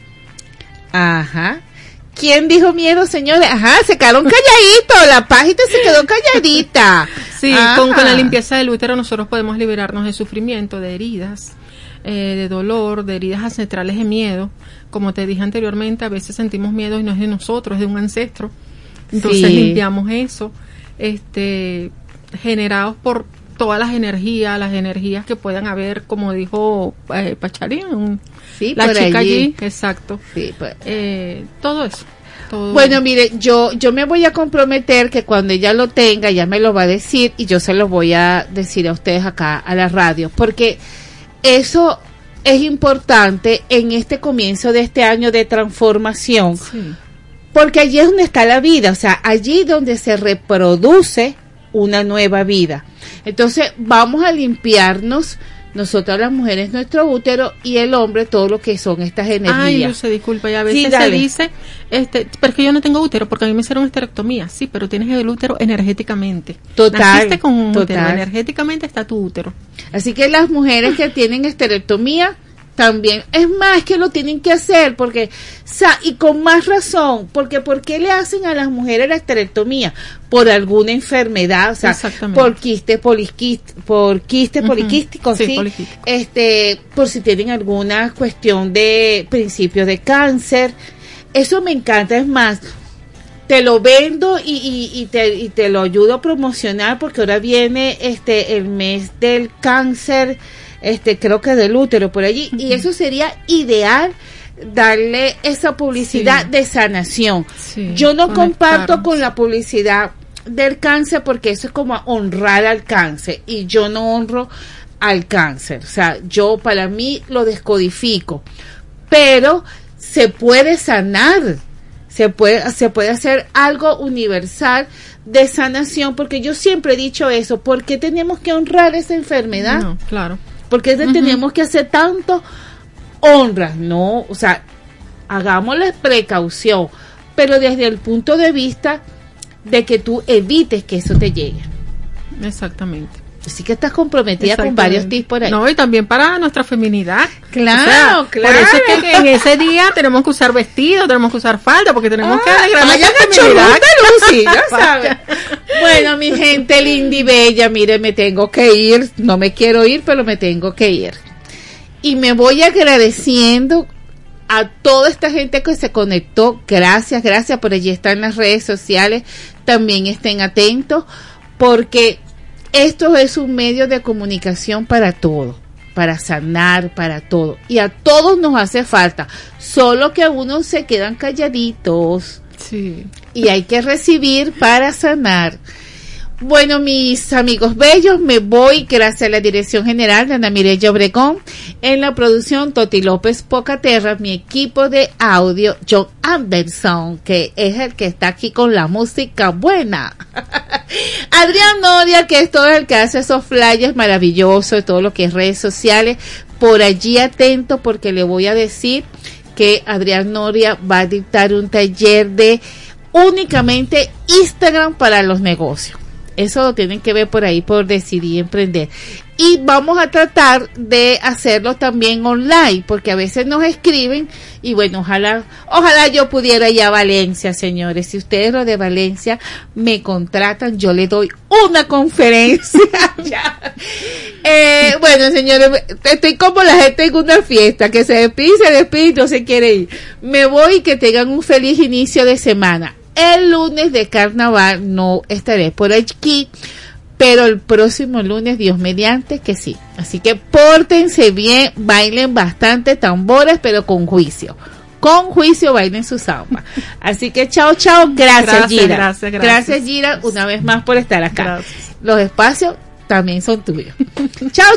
Ajá. ¿Quién dijo miedo, señores? Ajá, se quedaron calladitos, la página se quedó calladita. Sí, con la limpieza del útero nosotros podemos liberarnos de sufrimiento, de heridas, de dolor, de heridas ancestrales de miedo. Como te dije anteriormente, a veces sentimos miedo y no es de nosotros, es de un ancestro. Entonces limpiamos eso, generados por todas las energías que puedan haber, como dijo Pachalín, la chica allí, exacto. Sí, pues. Todo eso. todo. Bueno, mire, yo me voy a comprometer que cuando ella lo tenga, ella me lo va a decir y yo se lo voy a decir a ustedes acá a la radio, porque eso es importante en este comienzo de este año de transformación, sí. Porque allí es donde está la vida, o sea, allí donde se reproduce una nueva vida. Entonces vamos a limpiarnos nosotras las mujeres nuestro útero y el hombre todo lo que son estas energías. Ay, Dulce, disculpa, y a veces se dice, pero es que yo no tengo útero porque a mí me hicieron esterectomía. Sí, pero tienes el útero energéticamente. Total. Naciste con un útero, energéticamente está tu útero. Así que las mujeres que tienen esterectomía también, es más que lo tienen que hacer porque, y con más razón, porque ¿por qué le hacen a las mujeres la esterectomía? Por alguna enfermedad, o sea, por quiste poliquístico, sí, poliquístico. Por si tienen alguna cuestión de principios de cáncer. Eso me encanta, es más, te lo vendo y te lo ayudo a promocionar porque ahora viene el mes del cáncer, creo que del útero por allí, y eso sería ideal darle esa publicidad de sanación. Sí, yo no comparto con la publicidad del cáncer porque eso es como honrar al cáncer y yo no honro al cáncer, o sea, yo para mí lo descodifico, pero se puede sanar, se puede hacer algo universal de sanación, porque yo siempre he dicho eso, ¿por qué tenemos que honrar esa enfermedad? No, claro. ¿Por qué tenemos que hacer tanto honra? No, o sea, hagámosle precaución, pero desde el punto de vista de que tú evites que eso te llegue. Exactamente. Así que estás comprometida con varios tips por ahí. No, y también para nuestra feminidad. Claro, o sea, claro. Por eso es que en ese día tenemos que usar vestido, tenemos que usar falda, porque tenemos que alegrar nuestra feminidad. Lucy, ya sabes. Bueno, mi gente linda y bella, mire, me tengo que ir. No me quiero ir, pero me tengo que ir. Y me voy agradeciendo a toda esta gente que se conectó. Gracias, por allí están las redes sociales. También estén atentos, porque esto es un medio de comunicación para todo, para sanar, para todo. Y a todos nos hace falta, solo que a unos se quedan calladitos. Sí. Y hay que recibir para sanar. Bueno, mis amigos bellos, me voy gracias a la dirección general de Ana Mireya Obregón, en la producción Toti López Pocaterra, mi equipo de audio John Anderson, que es el que está aquí con la música buena. Adrián Noria, que es todo el que hace esos flyers maravillosos de todo lo que es redes sociales, por allí atento porque le voy a decir que Adrián Noria va a dictar un taller de únicamente Instagram para los negocios. Eso lo tienen que ver por ahí, por Decidir Emprender. Y vamos a tratar de hacerlo también online, porque a veces nos escriben y bueno, ojalá yo pudiera ir a Valencia, señores. Si ustedes los de Valencia me contratan, yo les doy una conferencia. Bueno, señores, estoy como la gente en una fiesta, que se despide y no se quiere ir. Me voy y que tengan un feliz inicio de semana. El lunes de carnaval no estaré por aquí, pero el próximo lunes, Dios mediante, que sí. Así que pórtense bien, bailen bastante tambores, pero con juicio. Con juicio bailen su samba. Así que chao, gracias Gira. Gracias Gira, una vez más por estar acá. Gracias. Los espacios también son tuyos. Chao.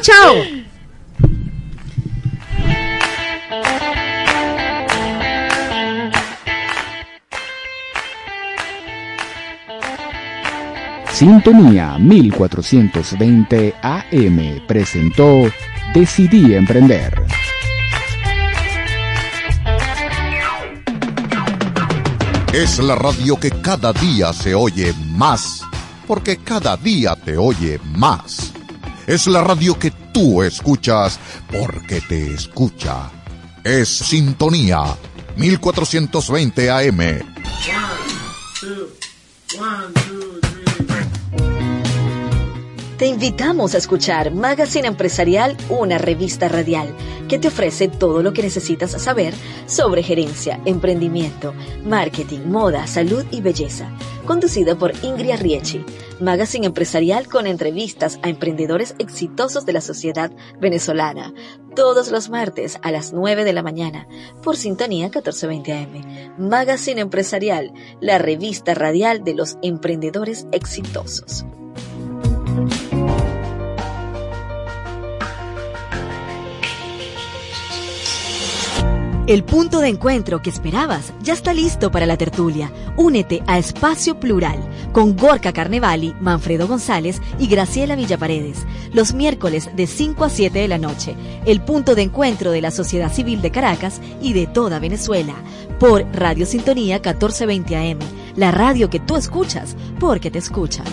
Sintonía 1420 AM presentó Decidí Emprender. Es la radio que cada día se oye más, porque cada día te oye más. Es la radio que tú escuchas, porque te escucha. Es Sintonía 1420 AM. 1, 2, 1, 2, 3. Te invitamos a escuchar Magazine Empresarial, una revista radial que te ofrece todo lo que necesitas saber sobre gerencia, emprendimiento, marketing, moda, salud y belleza. Conducido por Ingrid Riechi. Magazine Empresarial con entrevistas a emprendedores exitosos de la sociedad venezolana. Todos los martes a las 9 de la mañana por Sintonía 1420 AM. Magazine Empresarial, la revista radial de los emprendedores exitosos. El punto de encuentro que esperabas ya está listo para la tertulia. Únete a Espacio Plural con Gorka Carnevali, Manfredo González y Graciela Villaparedes. Los miércoles de 5 a 7 de la noche. El punto de encuentro de la sociedad civil de Caracas y de toda Venezuela. Por Radio Sintonía 1420 AM. La radio que tú escuchas porque te escucha.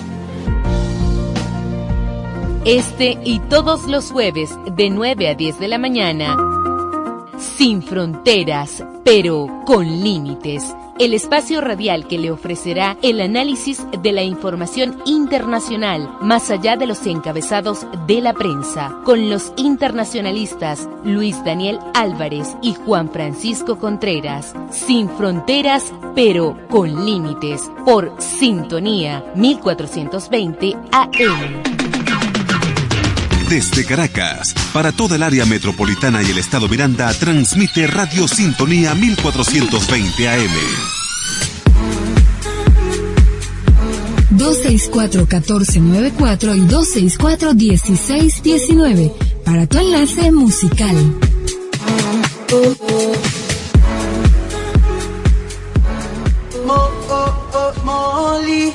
Este y todos los jueves de 9 a 10 de la mañana. Sin fronteras, pero con límites. El espacio radial que le ofrecerá el análisis de la información internacional, más allá de los encabezados de la prensa, con los internacionalistas Luis Daniel Álvarez y Juan Francisco Contreras. Sin fronteras, pero con límites. Por Sintonía 1420 AM. Desde Caracas, para toda el área metropolitana y el estado Miranda, transmite Radio Sintonía 1420 AM. 264-1494 y 264-1619 para tu enlace musical. Molly.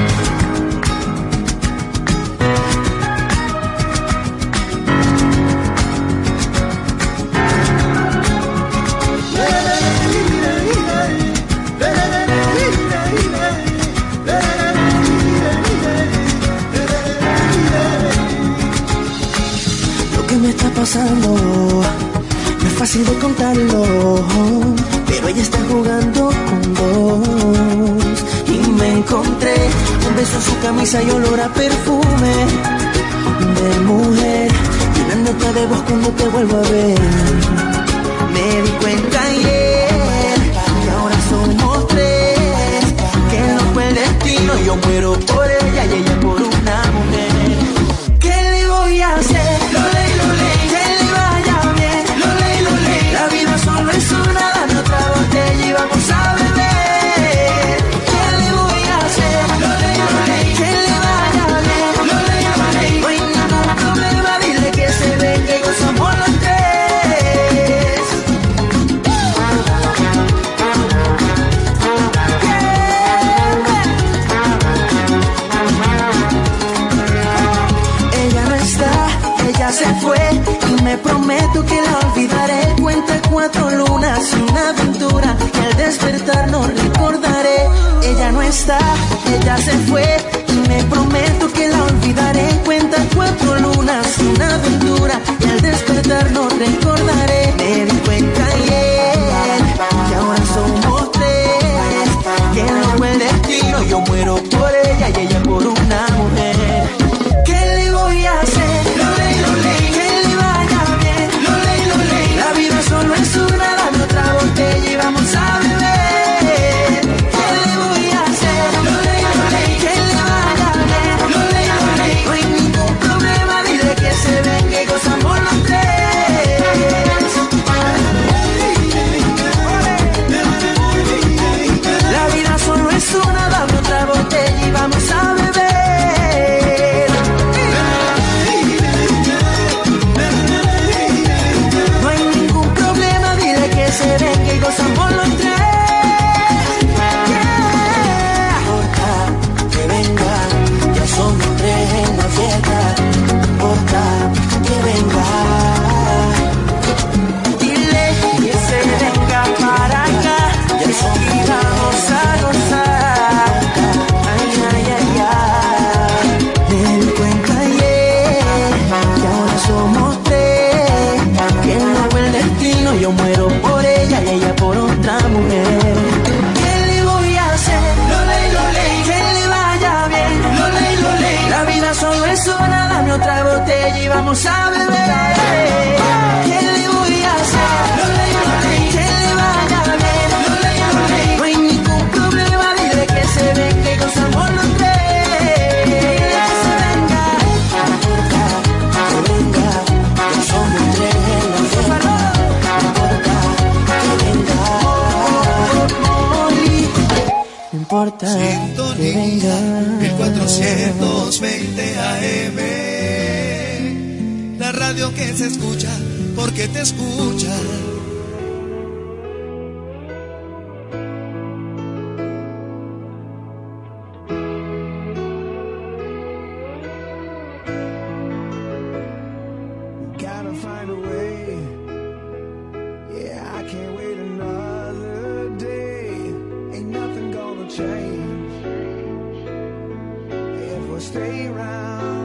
Me está pasando, no es fácil de contarlo, pero ella está jugando con dos. Y me encontré un beso en su camisa y olor a perfume de mujer, y una nota de voz cuando te vuelvo a ver. Me di cuenta ayer que ahora somos tres, que no fue el destino. Yo muero por ella y ella por una mujer. ¿Qué le voy a hacer? Es una, dame otra botella y vamos a beber. ¿Qué le voy a hacer? Que le vaya bien. No hay ningún problema, dile que se venga y gozamos los tres. Ella no está, ella se fue y me prometo que la olvidaré. Cuenta 4 lunas y una aventura que al despertar no recordaré. Ella no está, ella se fue y me prometo que la olvidaré. Cuenta 4 lunas y una aventura que al despertar no recordaré. Me di cuenta ayer que ahora somos tres, que no fue el destino. Yo muero por ella y ella por una mujer. ¿Qué le voy a hacer? Solo es una, dame otra botella y vamos a beber. ¿Qué le voy a hacer? Que le vaya bien. No hay ningún problema, dile que se venga y gozamos los tres. La vida solo es una, dame otra botella y vamos a beber. Tráeme otra botella y vamos a beber. ¿Qué le voy a hacer? Que le vaya bien. No hay ningún problema, dile que se venga y gozamos los tres. Que se venga, no importa que venga, que somos tres en la fiesta. No importa que venga, no importa que venga. 1420 AM, la radio que se escucha porque te escucha. Gotta find a way. Yeah, I can't wait another day. Ain't nothing gonna change if we stay around.